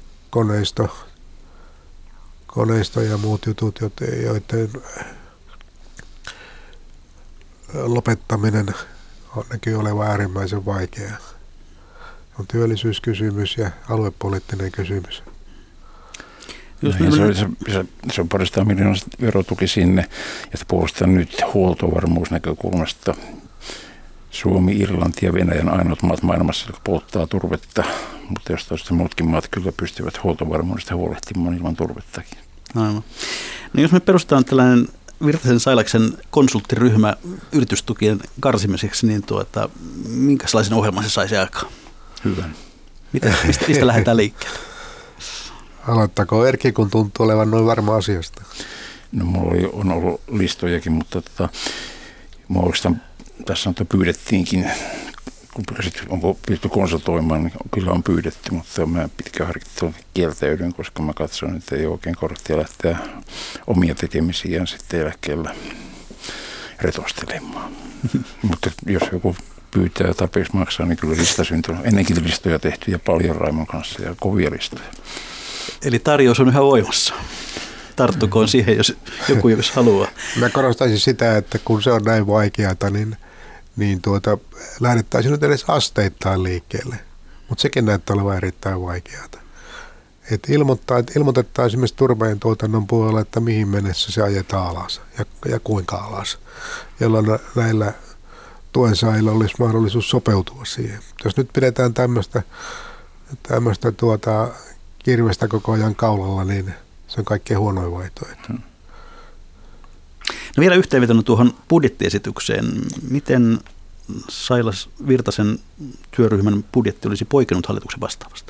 koneisto ja muut jutut, joiden lopettaminen näkyy olevan äärimmäisen vaikeaa. On työllisyyskysymys ja aluepoliittinen kysymys. Se on 200 miljoonaa verotuki sinne, että puhutaan nyt huoltovarmuusnäkökulmasta. Suomi, Irlanti ja Venäjän ainoat maat maailmassa, jotka polttaa turvetta, mutta jos toista muutkin maat kyllä pystyvät huoltovarmuudesta huolehtimaan ilman turvettakin. Aivan. No jos me perustetaan tällainen Virtasen Sailaksen konsulttiryhmä yritystukien karsimiseksi, niin minkälaisen ohjelman se saisi aikaan? Hyvän. Mistä lähdetään liikkeelle? Aloittaako Erkki, kun tuntuu olevan noin varma asiasta? No mulla on ollut listojakin, mutta mua oikeastaan tässä pyydettiinkin, kun onko pystytty konsultoimaan, niin kyllä on pyydetty, mutta mä pitkään harkittu kieltäydyn, koska mä katson, että ei oikein korrektia lähteä omia tekemisiä sitten eläkkeellä retostelemaan. Mutta jos joku pyytää tarpeeksi maksaa, niin kyllä lista syntyy. Ennenkin listoja tehty ja paljon Raimon kanssa ja kovia listoja. Eli tarjous on yhä voimassa. Tarttukoon siihen, jos joku haluaa. Mä korostaisin sitä, että kun se on näin vaikeata, niin lähdettäisiin nyt edes asteittain liikkeelle. Mutta sekin näyttää olevan erittäin vaikeata. Ilmoitetaan esimerkiksi turpeen tuotannon puolella, että mihin mennessä se ajetaan alas ja kuinka alas, jolloin näillä tuensaajilla olisi mahdollisuus sopeutua siihen. Jos nyt pidetään tämmöistä kirvestä koko ajan kaulalla, niin se on kaikkein huonoin vaihtoehto. No vielä yhteenvetona tuohon budjettiesitykseen. Miten Sailas-Virtasen työryhmän budjetti olisi poikennut hallituksen vastaavasta?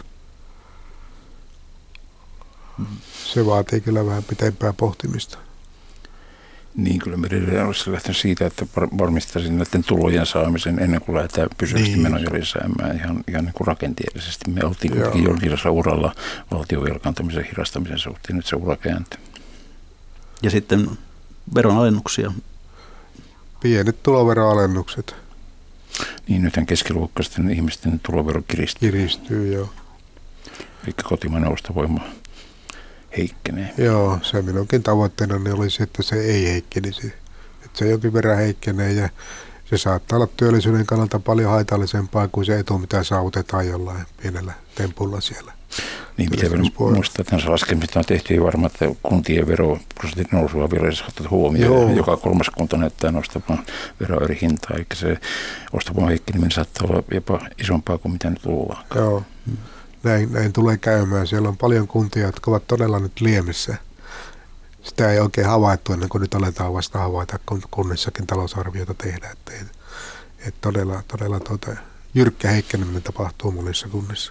Se vaatii kyllä vähän pitempää pohtimista. Niin, kyllä meidän olisi lähtenyt siitä, että varmistaisin näiden tulojen saamisen ennen kuin lähdetään pysyvästi menoja lisäämään ihan niin kuin rakenteellisesti. Me oltiin kuitenkin jonkinlaisella uralla valtion velkaantumisen hidastamisen suhteen, nyt se ura kääntyi. Ja sitten veronalennuksia? Pienet tuloveroalennukset. Niin, nythän keskiluokkaisten ihmisten tulovero kiristyy. Kiristyy, joo. Eli kotimainen ostovoima heikkenee. Joo, se minunkin tavoitteena olisi, että se ei heikkenisi. Että se jonkin verran heikkenee ja se saattaa olla työllisyyden kannalta paljon haitallisempaa kuin se etu, mitä saavutetaan jollain pienellä tempulla siellä. Niin, mitä muistaa, että näissä laskelmissa on tehty, ei varmaan, että kuntien veroprosentin nousua vielä edes ottaa huomioon. Joka kolmas kunta näyttää nostamaan veroa eri hintaa, eikä se ostovoiman heikkeneminen saattaa olla jopa isompaa kuin mitä nyt luullaan. Joo. Näin tulee käymään. Siellä on paljon kuntia, jotka ovat todella nyt liemissä. Sitä ei oikein havaittu ennen kuin nyt aletaan vasta havaita, kun kunnissakin talousarvioita tehdään. Että todella jyrkkä heikkeneminen tapahtuu monissa kunnissa.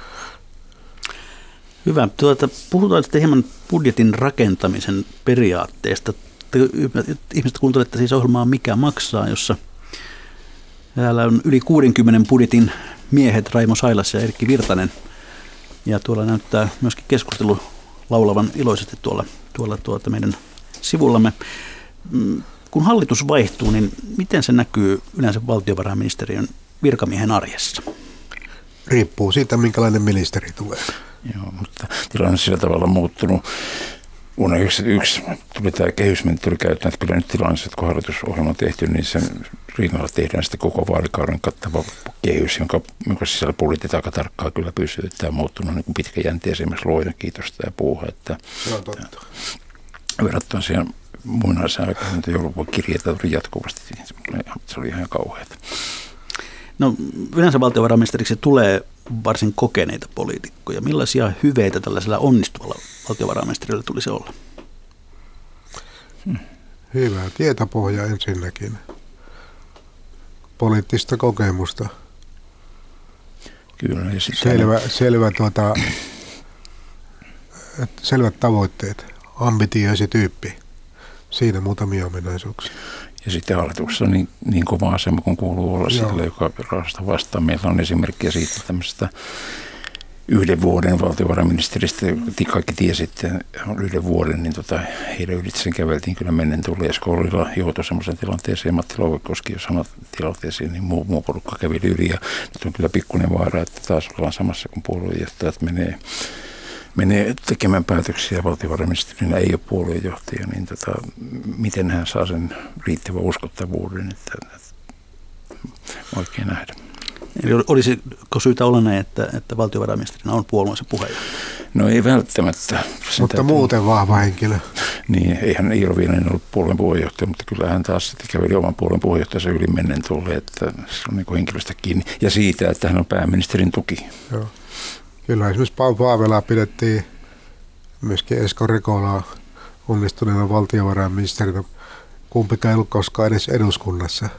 Hyvä. Puhutaan sitten hieman budjetin rakentamisen periaatteesta. Ihmiset kuuntelette siis ohjelmaa Mikä maksaa, jossa täällä on yli 60 budjetin miehet Raimo Sailas ja Erkki Virtanen. Ja tuolla näyttää myöskin keskustelu laulavan iloisesti tuolla meidän sivullamme. Kun hallitus vaihtuu, niin miten se näkyy yleensä valtiovarainministeriön virkamiehen arjessa? Riippuu siitä, minkälainen ministeri tulee. Joo, mutta tilanne on sillä tavalla muuttunut. Vuonna 1991 tuli tämä kehysmenttely käyttöön, että kyllä nyt tilanne, että kun hallitusohjelma on tehty, niin sen rinnalla tehdään sitten koko vaalikauden kattava kehys, jonka sisällä budjetit aika tarkkaan kyllä pysyy. Tämä on muuttunut niin pitkäjänteisemmäksi Luojan kiitosta ja puuha. Että se on totta. Verrattuna siihen muinaiseen aikaan, että joulupukirjeitä tuli jatkuvasti. Se oli ihan kauheata. No, yleensä valtiovarainministeriksi tulee varsin kokeneita poliitikkoja. Millaisia hyveitä tällaisella onnistuvalla valtiovarainministerillä tulisi olla? Hyvää tietopohjaa ensinnäkin. Poliittista kokemusta. Kyllä. Ja selvät tavoitteet. Ambitioisi tyyppi. Siinä muutamia ominaisuuksia. Ja sitten hallituksessa on niin kova asema, kun kuuluu olla sillä, joka rahasta vastaan. Meillä on esimerkkiä siitä tämmöisestä 1 vuoden valtiovarainministeristä, kaikki tiesi, että on 1 vuoden, niin heidän ylitse käveltiin kyllä mennen tulli. Ja Skollilla joutui semmoisen tilanteeseen, Matti Louekoski jo samat tilanteeseen, niin muu porukka kävi yli. Ja nyt on kyllä pikkuinen vaara, että taas ollaan samassa, kun puoluejohtajat menee tekemään päätöksiä, valtiovarainministerinä ei ole puoluejohtaja, niin miten hän saa sen riittävän uskottavuuden, että oikein nähdä. Eli olisiko syytä olla näin, että valtiovarainministerinä on puolueensa puheenjohtaja? No ei välttämättä. Mutta muuten vahva henkilö. Niin, eihän Iiro Viinanen ollut puolueen puheenjohtaja, mutta kyllä hän taas sitten käveli oman puolueen puheenjohtajansa yli mennen tulleen, että se on niin kuin henkilöstä kiinni. Ja siitä, että hän on pääministerin tuki. Joo. Kyllä esimerkiksi Paavelaa pidettiin myöskin Esko Rekolaa onnistuneena valtiovarainministerinä. Kumpikaan ei ollut koskaan edes eduskunnassa.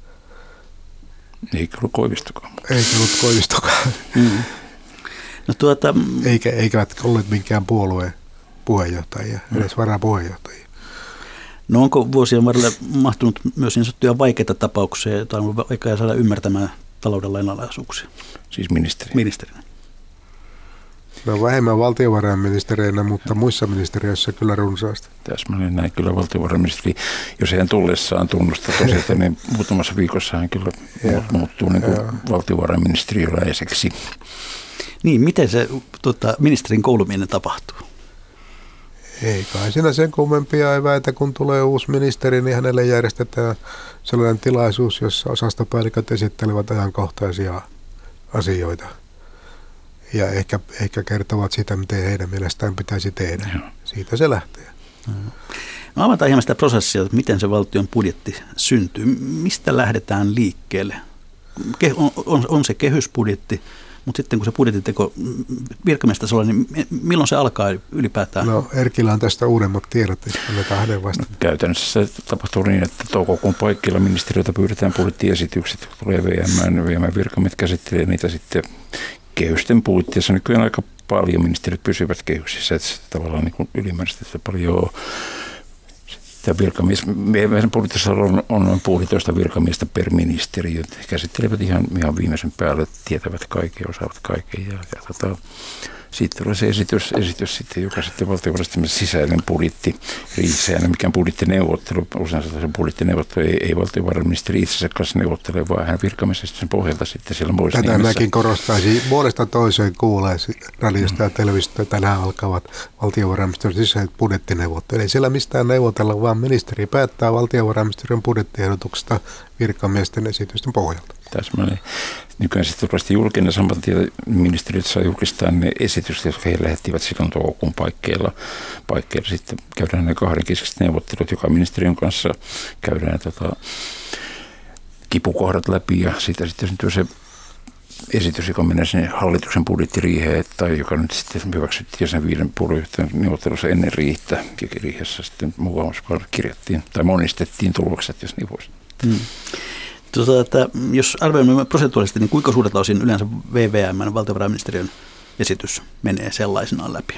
Eikä ollut Koivistokaan. Eikä ollut Koivistokaan. No eikä olleet minkään puolueen puheenjohtajia, edes varapuheenjohtajia. No onko vuosien varrella mahtunut myös niin sanottuja vaikeita tapauksia, tai on vaikea saada ymmärtämään talouden lainalaisuuksia? Siis ministerinä. No vähemmän valtiovarainministereinä, mutta muissa ministeriöissä kyllä runsaasti. Täsmälleen näin kyllä valtiovarainministeri, jos hän tullessaan tunnustaa tosiaan, niin muutamassa viikossa hän kyllä muuttuu niin kuin valtiovarainministeriöläiseksi. Niin, miten se ministerin kouluminen tapahtuu? Ei kai siinä sen kummempia eväitä, kun tulee uusi ministeri, niin hänelle järjestetään sellainen tilaisuus, jossa osastopäälliköt esittelevät ajankohtaisia asioita. Ja ehkä kertovat sitä, miten heidän mielestään pitäisi tehdä. Joo. Siitä se lähtee. No, avataan hieman sitä prosessia, että miten se valtion budjetti syntyy. Mistä lähdetään liikkeelle? On se kehysbudjetti, mutta sitten kun se budjettiteko virkamiestasolla, niin milloin se alkaa ylipäätään? No Erkillä on tästä uudemmat tiedot, että annetaan hänen vastata. No, käytännössä se tapahtuu niin, että toukokuun paikkeilla ministeriötä pyydetään budjettiesitykset, kun tulee VM virkamiehet käsittelee niitä sitten kehysten puitteissa. Nykyään aika paljon ministeriöt pysyvät kehyksissä, että tavallaan niin kuin ylimääräisesti paljon meidän budjetissa on noin 1,5 virkamiestä per ministeriö. He käsittelevät ihan viimeisen päälle, tietävät kaiken, osaavat kaiken. Ja sitten tulee se esitys sitten, joka sitten valtiovarainministeriön sisäinen budjetti riissä. Mikään budjettineuvottelu, usein se budjettineuvottelu ei valtiovarainministeri itsensä kanssa neuvottele, vaan hän virkamiesesityksen pohjalta sitten siellä muissa nimessä. Tätä mäkin korostaisin. Vuodesta toiseen kuulee radiosta ja televisiosta, tänään alkavat valtiovarainministeriön sisäiset budjettineuvottelut. Ei siellä mistään neuvotella, vaan ministeri päättää valtiovarainministeriön budjettiehdotuksesta virkamiesten esitysten pohjalta. Täsmälleen. Nykyään sitten turvallisesti julkinen saman tien ministeriöt saa julkistaa ne esitykset, jotka he lähettivät silloin toukokuun paikkeilla. Sitten käydään ne kahdenkeskiset neuvottelut, joka ministeriön kanssa käydään kipukohdat läpi ja sitten syntyy se esitys, joka menee sinne hallituksen budjettiriiheen tai joka nyt sitten hyväksyttiin sen 5 puoluejohtajan neuvottelussa ennen riihtä. Riihessä sitten mukaan kirjattiin tai monistettiin tulokset, jos niin voisi. Että jos arvioimme prosentuaalisesti, niin kuinka suurelta osin yleensä VVM, valtiovarainministeriön esitys, menee sellaisenaan läpi?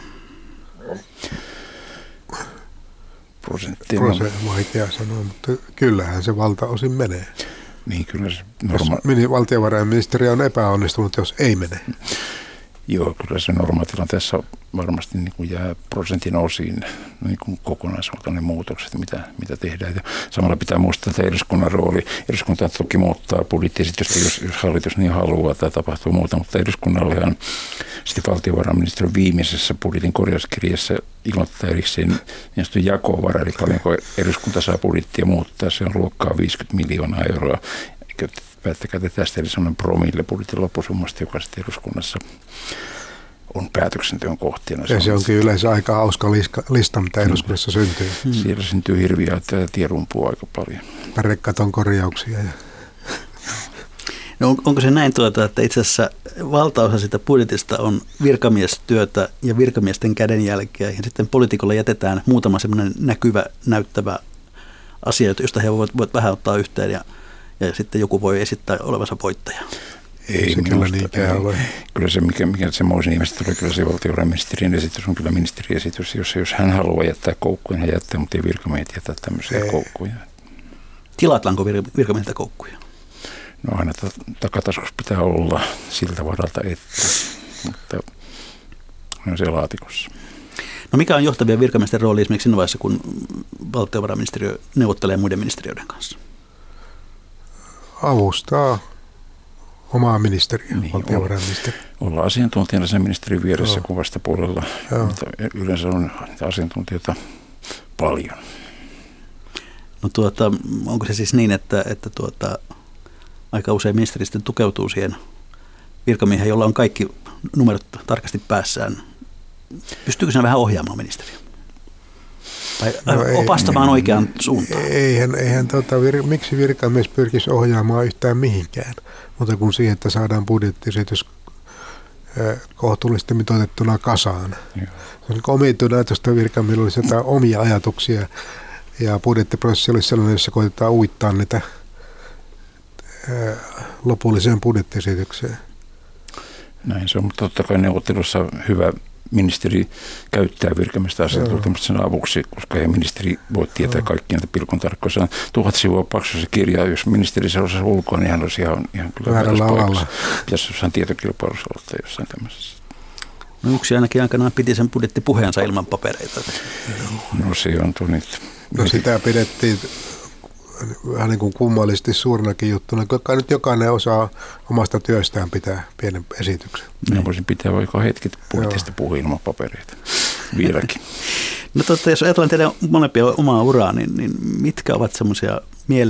Prosenttia. Vaikea sanoa, mutta kyllähän se valtaosin menee. Niin, kyllä se valtiovarainministeriö on epäonnistunut, jos ei mene. Joo, kyllä se normaalitilanteessa varmasti niin kuin jää prosentin osiin niin kuin kokonaisuutta ne muutokset, mitä tehdään. Ja samalla pitää muistaa, että eduskunnan rooli. Eduskunta toki muuttaa budjettiesitystä, jos hallitus niin haluaa tai tapahtuu muuta, mutta eduskunnallehan sitten valtiovarainministeriön viimeisessä budjetin korjauskirjassa ilmoittaa erikseen niin jakovara, eli paljonko eduskunta saa budjettia muuttaa. Se on luokkaa 50 miljoonaa euroa. Päättäkää tästä, eli sellainen promille budjetin loppusummasta, joka sitten eduskunnassa on päätöksenteon kohteena. Ja se onkin yleensä aika hauska lista, mitä eduskunnassa syntyy. Siellä syntyy hirviä ja tierumpua aika paljon. Pärekaton korjauksia. No onko se näin, että itse asiassa valtaosa sitä budjetista on virkamiestyötä ja virkamiesten kädenjälkeä, ja sitten poliitikolle jätetään muutama semmoinen näkyvä, näyttävä asia, josta he voivat vähän ottaa yhteen, ja sitten joku voi esittää olevansa voittaja. Ei se kyllä niinkään ole. Kyllä se, mikä se Mousin nimestä tuli, kyllä se valtiovarainministeriön esitys on kyllä ministeriesitys. Jos hän haluaa jättää koukkuja, hän jättää, mutta ei virkamiehet jättää tämmöisiä koukkuja. Tilataanko virkamiehiltä koukkuja? No aina takatasossa pitää olla siltä varalta, mutta on se laatikossa. No mikä on johtavia virkamiesten rooli esimerkiksi siinä vaiheessa, kun valtiovarainministeriö neuvottelee muiden ministeriöiden kanssa? Avustaa omaa ministeriä, niin, valtiovarainministeriä. Olla asiantuntijana sen ministerin vieressä kuin vastapuolella. Yleensä on asiantuntijoita paljon. No onko se siis niin, että aika usein ministeri sitten tukeutuu siihen virkamiehen, jolla on kaikki numerot tarkasti päässään. Pystyykö se vähän ohjaamaan ministeriä? Tai opastamaan oikeaan suuntaan? Miksi virkamies pyrkisi ohjaamaan yhtään mihinkään, mutta kun siihen, että saadaan budjettiesitys kohtuullisesti mitoitettuna kasaan. Se on omituinen ajatus, että virkamiehillä olisi jotain omia ajatuksia, ja budjettiprosessi olisi sellainen, jossa koitetaan uittaa niitä lopulliseen budjettiesitykseen. Näin se on, mutta totta kai neuvottelussa hyvä ministeri käyttää virkamiestä asiantuntemusta sen avuksi, koska ei ministeri voi tietää kaikkia näitä pilkun tarkkoja. Se on 1000 sivua paksu se kirja. Jos ministeri se osasi ulkoa, niin hän olisi ihan kyllä väärällä alalla. Pitäisi jossain tietokilpailussa olla jossain tämmöisessä. No yksi ainakin aikanaan piti sen budjettipuheensa ilman papereita. No se on tunnit. No sitä pidettiin vähän niin kuin kummallisesti suurinakin juttuna. Nyt jokainen osaa omasta työstään pitää pienen esityksen. Minä voisin pitää vaikka hetket budjetista puhua ilman papereita. Vieläkin. No jos ajatellaan teidän molempia omaa uraa, niin mitkä ovat semmoisia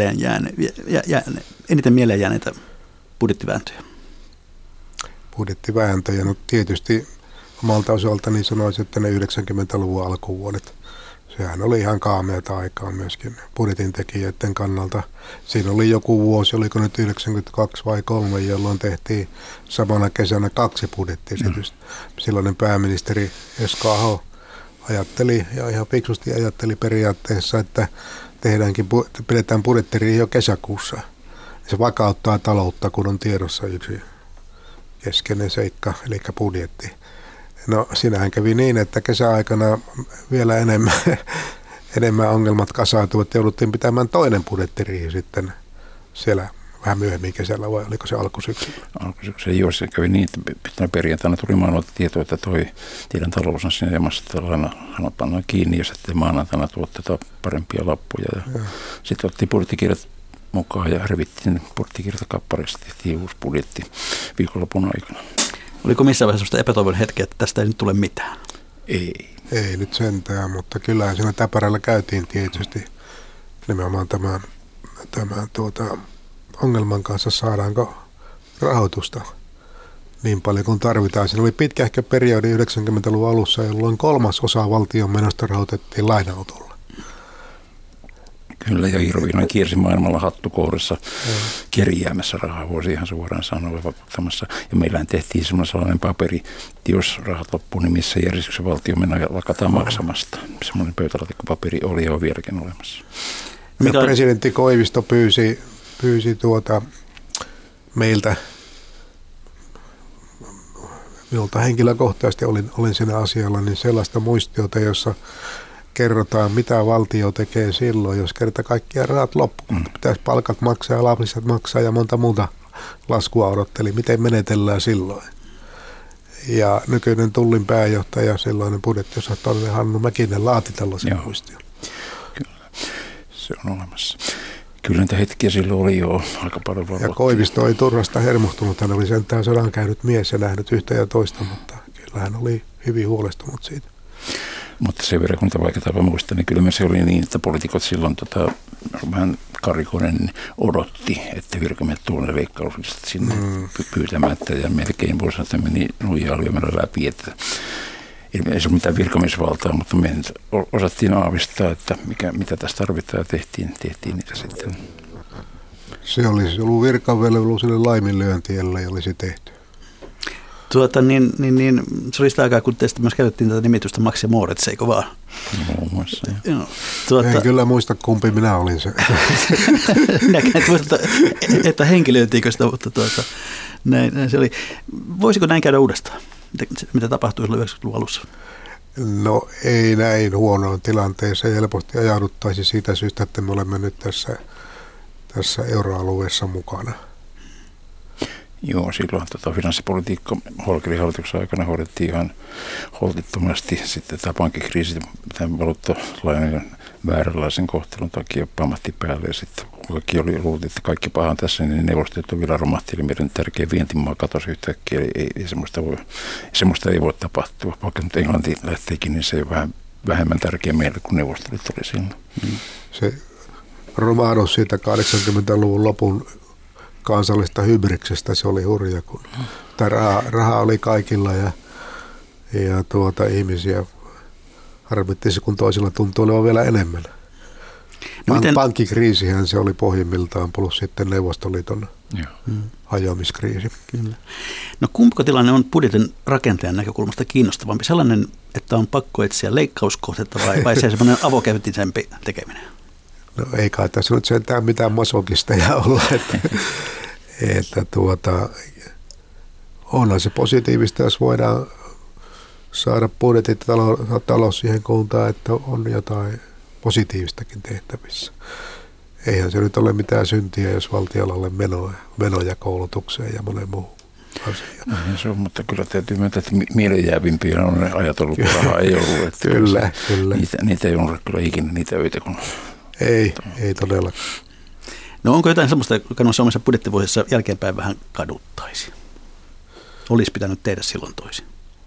eniten mieleen jääneitä budjettivääntöjä? Budjettivääntöjä, no tietysti omalta osaltani sanoisin, että ne 90-luvun alkuvuodet. Sehän oli ihan kaameata aikaa myöskin budjetin tekijöiden kannalta. Siinä oli joku vuosi, oliko nyt 92 vai 3, jolloin tehtiin samana kesänä 2 budjettiesitystä. Silloinen pääministeri Esko Aho ajatteli, ja ihan fiksusti ajatteli periaatteessa, että pidetään budjettiriihi jo kesäkuussa. Se vakauttaa taloutta, kun on tiedossa yksi keskeinen seikka, eli budjetti. No siinähän kävi niin, että kesäaikana vielä enemmän ongelmat kasaantuivat. Jouduttiin pitämään toinen budjettiriihi sitten siellä vähän myöhemmin kesällä, vai oliko se alkusyksyllä? Alkusyksyllä, joo, se kävi niin, että perjantaina tuli maailmalta tietoa, että teidän talous on siinä jamassa, että lainat pannaan kiinni, jos ette maanantaina tuotteita parempia lappuja. Sitten otettiin budjettikirjat mukaan ja revittiin budjettikirjat kappaleista, tehtiin uusi budjetti viikonlopun aikana. Oliko missään vaiheessa sellaista epätoivon hetkeä, että tästä ei nyt tule mitään? Ei nyt sentään, mutta kyllähän siinä täpärällä käytiin tietysti nimenomaan tämän ongelman kanssa, saadaanko rahoitusta niin paljon kuin tarvitaan. Siinä oli pitkähkö periodi 90-luvun alussa, jolloin 3/3 valtion menosta rahoitettiin lainanotolla. Kyllä, ja Hirvinen kiersi maailmalla hattukourissa kerjäämässä rahaa, voisi ihan suoraan sanoa, vakuuttamassa. Ja meillähän tehtiin sellainen paperi, että jos rahat loppuu, niin missä järjestyksen valtio mennään lakataan maksamasta. Semmoinen pöytälaatikkopaperi oli jo vieläkin olemassa. Presidentti Koivisto pyysi meiltä, minulta henkilökohtaisesti olin siinä asialla, niin sellaista muistiota, jossa kerrotaan, mitä valtio tekee silloin, jos kerta kaikkiaan rahat loppuvat. Pitäisi palkat maksaa ja lapsiset maksaa ja monta muuta laskua odotteli. Miten menetellään silloin? Ja nykyinen Tullin pääjohtaja, silloinen budjettiosaston Hannu Mäkinen laati tällaisen muistion. Kyllä, se on olemassa. Kyllä niitä hetkiä silloin oli jo aika paljon valvottia. Ja Koivisto ei turvasta hermostunut. Hän oli sentään sodan käynyt mies ja nähnyt yhtä ja toista, mutta kyllä hän oli hyvin huolestunut siitä. Mutta sen verran, kun niitä vaikeaa muistaa, niin kyllä se oli niin, että poliitikot silloin vähän karikoinen odotti, että virkamiehet tuolle leikkauslistat sinne pyytämättä. Ja melkein voisi sanoa, että meni nuijaa lyömällä läpi, että ei se ole mitään virkamiesvaltaa, mutta me osattiin aavistaa, että mitä tässä tarvitaan, ja tehtiin niitä sitten. Se olisi ollut virkavelvollisuuden laiminlyönti, ellei olisi tehty. Se oli sitä aikaa, kun teistä myös käytettiin tätä nimitystä Max ja Moritz, eikö vaan? Muun muassa. En kyllä muista, kumpi minä olin se. Minäkään et muista, että henkilöintiinkö sitä, mutta näin se oli. Voisiko näin käydä uudestaan? Mitä tapahtui silloin 90-luvun alussa? No ei näin huonoon tilanteeseen helposti ajauduttaisi siitä syystä, että me olemme nyt tässä euroalueessa mukana. Joo, silloin finanssipolitiikka Holkerin hallituksen aikana hoidettiin ihan holtittomasti. Sitten tämä pankkikriisi tämän valuuttalainojen vääränlaisen kohtelun takia pamahti päälle. Ja sitten kun kaikki luultiin, että kaikki pahan tässä, niin neuvostoliitto vielä romahti. Eli meidän tärkeä vientimaa katosi yhtäkkiä. Ei semmoista ei voi tapahtua. Vaikka nyt Englanti lähteekin, niin se ei ole vähemmän tärkeä meille kuin neuvostoliitto oli silloin. Se romahdus siitä 80-luvun lopun kansallista hybriksestä, se oli hurja, kun rahaa oli kaikilla ja ihmisiä harmitti se, kun toisilla tuntui olevan vielä enemmän. Pankkikriisihän se oli pohjimmiltaan, plus sitten Neuvostoliiton hajoamiskriisi. Kyllä. No kumpiko tilanne on budjetin rakentajan näkökulmasta kiinnostavampi? Sellainen, että on pakko etsiä leikkauskohdetta vai se semmoinen avokäytisempi tekeminen? No ei kai tässä nyt sentään mitään masokisteja olla, että onhan se positiivista, jos voidaan saada budjetit ja talous siihen kuntaan, että on jotain positiivistakin tehtävissä. Eihän se nyt ole mitään syntiä, jos valtiolla ole menoja koulutukseen ja monen muuhun asiaan. No, se on, mutta kyllä täytyy myöntää, että mielenjäävimpiä on ne ajatellut, kun rahaa ei ollut. Että kyllä. Niitä ei ole kyllä ikinä niitä öitä, kun ei todella. No onko jotain sellaista, joka noissa omissa budjettivuosissa jälkeenpäin vähän kaduttaisi? Olisi pitänyt tehdä silloin toisin?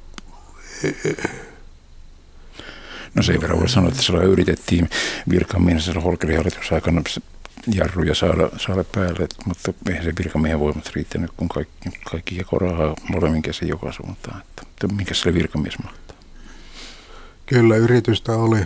No sen verran voi sanoa, että silloin yritettiin virkamiehen Holkerin hallituksen aikana jarruja saada päälle, mutta eihän se virkamiehen voimat riittänyt, kun kaikki jako rahaa molemmin käsin joka suuntaan. Että minkä sille virkamies mahtaa? Kyllä yritystä oli.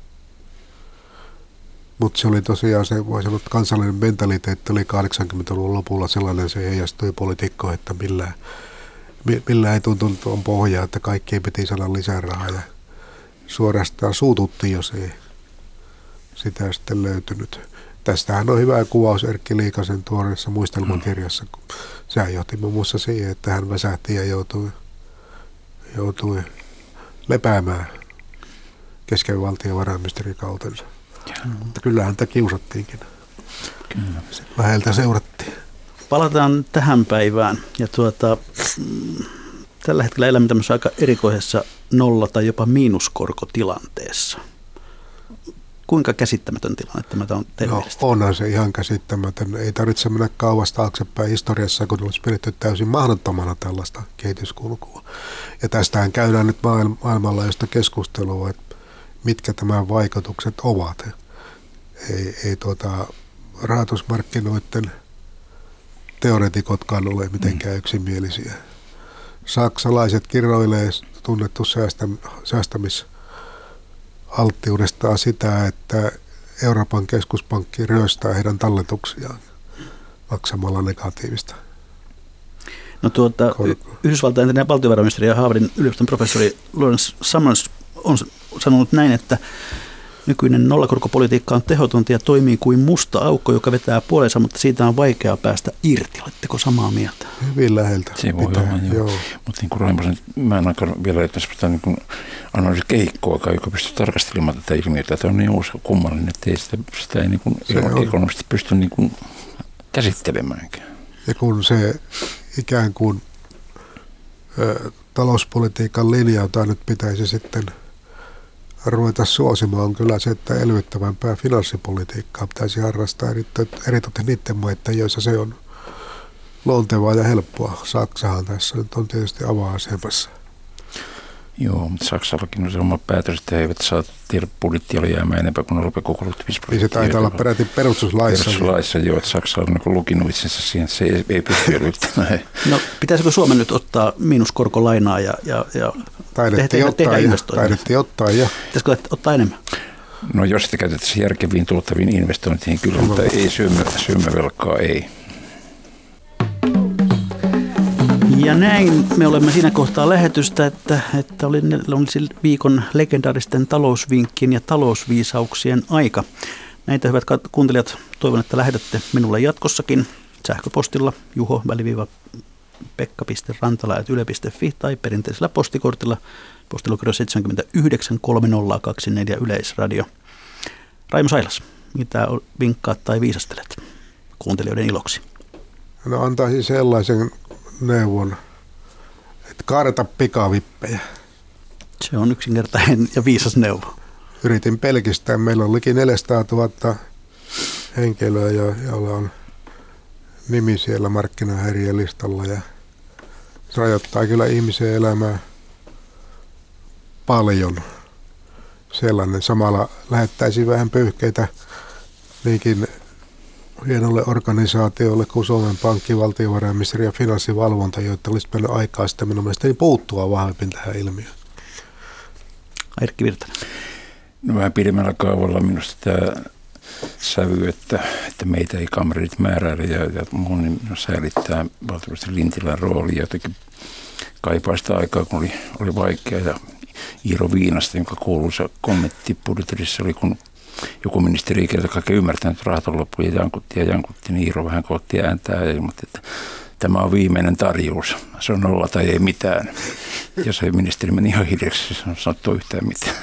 Mutta se oli tosiaan se, voi sanoa, että kansallinen mentaliteetti oli 80-luvun lopulla sellainen, se heijastui poliitikkoon, että millään ei tuntunut on pohjaa, että kaikkien piti saada lisää rahaa ja suorastaan suututtiin, jos ei sitä sitten löytynyt. Tästähän on hyvä kuvaus Erkki Liikasen tuoreessa muistelmakirjassa, kun sehän johti muun muassa siihen, että hän väsähti ja joutui lepäämään kesken valtiovarainministerikautensa. Mutta kyllä häntä kiusattiinkin. Kyllä. Läheltä seurattiin. Palataan tähän päivään. Ja tällä hetkellä elämme tämmöisessä aika erikoisessa nolla- tai jopa miinuskorkotilanteessa. Kuinka käsittämätön tilanne tämä on teidän mielestä? Onhan se ihan käsittämätön. Ei tarvitse mennä kauas taaksepäin historiassa, kun olisi pidetty täysin mahdottomana tällaista kehityskulkua. Ja tästähän käydään nyt maailmanlaajuista keskustelua, että mitkä tämän vaikutukset ovat. Ei rahoitusmarkkinoiden teoreetikotkaan ole mitenkään yksimielisiä. Saksalaiset kiroilee tunnettu säästämisalttiudestaan sitä, että Euroopan keskuspankki ryöstää heidän talletuksiaan maksamalla negatiivista. No Yhdysvaltain entinen valtiovarainministeri ja Harvardin yliopiston professori Lawrence Summers on sanonut näin, että nykyinen nollakorkopolitiikka on tehotonta ja toimii kuin musta aukko, joka vetää puoleensa, mutta siitä on vaikea päästä irti. Oletteko samaa mieltä? Hyvin läheltä. Se voi olla, joo. Mutta niin kuin Raimosen, mä en aika vielä, että sitä niin analyysi kehikkoa, joka pystyy tarkastelemaan tätä ilmiötä. Tämä on niin uusi kummallinen, että ei sitä ei niin ekonomisti pysty niin kuin käsittelemäänkään. Ja kun se ikään kuin talouspolitiikan linja, jota nyt pitäisi sitten ruveta suosimaan, on kyllä se, että elvyttävämpää finanssipolitiikkaa pitäisi harrastaa eritoten niiden maiden, joissa se on luontevaa ja helppoa. Saksahan tässä nyt on tietysti avainasemassa. Joo, mutta Saksallakin on se oma päätös, että he eivät saa tehdä budjettialijäämää enempää kuin 0,35%. Niin se taitaa olla peräti perustuslaissa. Perustuslaissa, joo, että Saksa on niin lukinut itsensä siihen, että se ei pysty elvyttämään. No pitäisikö Suomen nyt ottaa miinuskorkolainaa ja tehdä investointeja? Taidettiin ottaa jo. Pitäisikö ottaa enemmän? No jos sitä käytetään järkeviin tuottaviin investointeihin kyllä, mutta ei syömävelkaa, ei. Ja näin me olemme siinä kohtaa lähetystä, että oli viikon legendaaristen talousvinkkien ja talousviisauksien aika. Näitä hyvät kuuntelijat, toivon, että lähetätte minulle jatkossakin sähköpostilla juho-pekka.rantala@yle.fi tai perinteisellä postikortilla postilukero 79 3024 Yleisradio. Raimo Sailas, mitä vinkkaat tai viisastelet kuuntelijoiden iloksi? No antaisin sellaisen neuvon, että kaadeta pikavippejä. Se on yksinkertainen ja viisas neuvo. Yritin pelkistää. Meillä on liki 400 000 henkilöä, joilla on nimi siellä markkinahäiriölistalla ja se rajoittaa kyllä ihmisen elämää paljon. Sellainen samalla lähettäisiin vähän pyyhkeitä niinkin hienolle organisaatioille kuin Suomen Pankki, valtiovarainministeriö ja finanssivalvonta, joita olisi mennyt aikaa sitten minun mielestäni puuttua vahvemmin tähän ilmiöön. Erkki Virtanen. No vähän pidemmällä kaavalla minusta tämä sävy, että meitä ei kamerit määräile ja mun säilyttää valtavasti Lintilän rooli. Jotenkin kaipaa sitä aikaa, kun oli vaikea. Ja Iiro Viinasta, jonka kuuluisa kommentti budjetissa oli, kun joku ministeri ei kerta kaikkea ymmärtänyt, että rahat on loppu ja jankutti, niin Iiro vähän kootti ääntää ja ilmoitti, että tämä on viimeinen tarjous. Se on 0 tai ei mitään. Ja se ministeri meni ihan hiljaksi, se on sanottu yhtään mitään.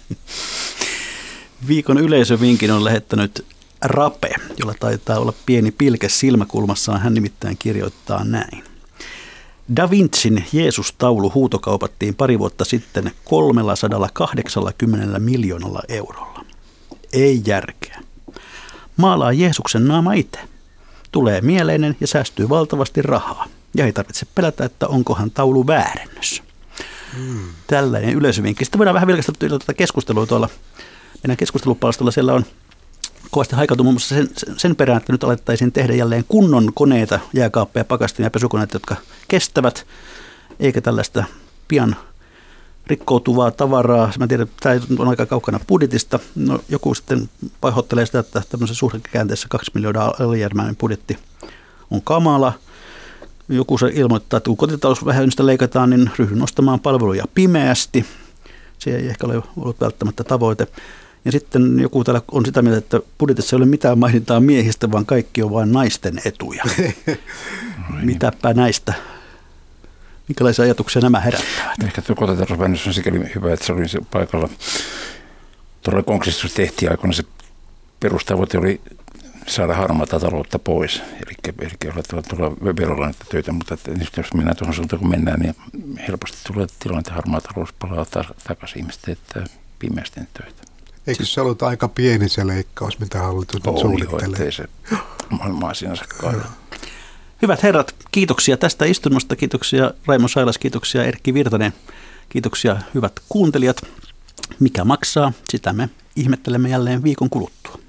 Viikon yleisövinkin on lähettänyt Rape, jolla taitaa olla pieni pilke silmäkulmassaan. Hän nimittäin kirjoittaa näin. Da Vincin Jeesus-taulu huutokaupattiin pari vuotta sitten 380 miljoonalla eurolla. Ei järkeä. Maalaa Jeesuksen naama itse. Tulee mieleinen ja säästyy valtavasti rahaa. Ja ei tarvitse pelätä, että onkohan taulu väärennössä. Tällainen yleisövinkki. Sitten voidaan vähän vilkaista tätä keskustelua tuolla meidän keskustelupalstalla. Siellä on kovasti haikautu muun muassa sen perään, että nyt alettaisiin tehdä jälleen kunnon koneita, jääkaappeja, pakastimia ja pesukoneita, jotka kestävät, eikä tällaista pian rikkoutuvaa tavaraa. Mä tiedän, että tämä on aika kaukana budjetista. No, joku sitten pahoittelee sitä, että tämmöisessä suhdannekäänteessä 2 miljoonaa alijäämäinen budjetti on kamala. Joku se ilmoittaa, että kun kotitalousvähennystä leikataan, niin ryhdyn ostamaan palveluja pimeästi. Se ei ehkä ole ollut välttämättä tavoite. Ja sitten joku täällä on sitä mieltä, että budjetissa ei ole mitään mainintaa miehistä, vaan kaikki on vain naisten etuja. Mitäpä näistä? Minkälaisia ajatuksia nämä herättävät? Ehkä tuo kotitalousvähennys on sikäli hyvä, että se oli se paikalla. Todella konkreettisesti tehtiin aikoina se perustavoite oli saada harmaata taloutta pois. Eli tulla verolla näitä töitä, mutta jos mennään tuohon suuntaan, kun mennään, niin helposti tulee tilanne, että harmaa talous palaa takaisin. Ihmiset teettää pimeästi töitä. Eikö se ollut aika pieni se leikkaus, mitä hallitus nyt suunnittelee? Oli, se maailmaa sinänsä kaada. Hyvät herrat, kiitoksia tästä istunnosta. Kiitoksia Raimo Sailas, kiitoksia Erkki Virtanen. Kiitoksia hyvät kuuntelijat. Mikä maksaa, sitä me ihmettelemme jälleen viikon kuluttua.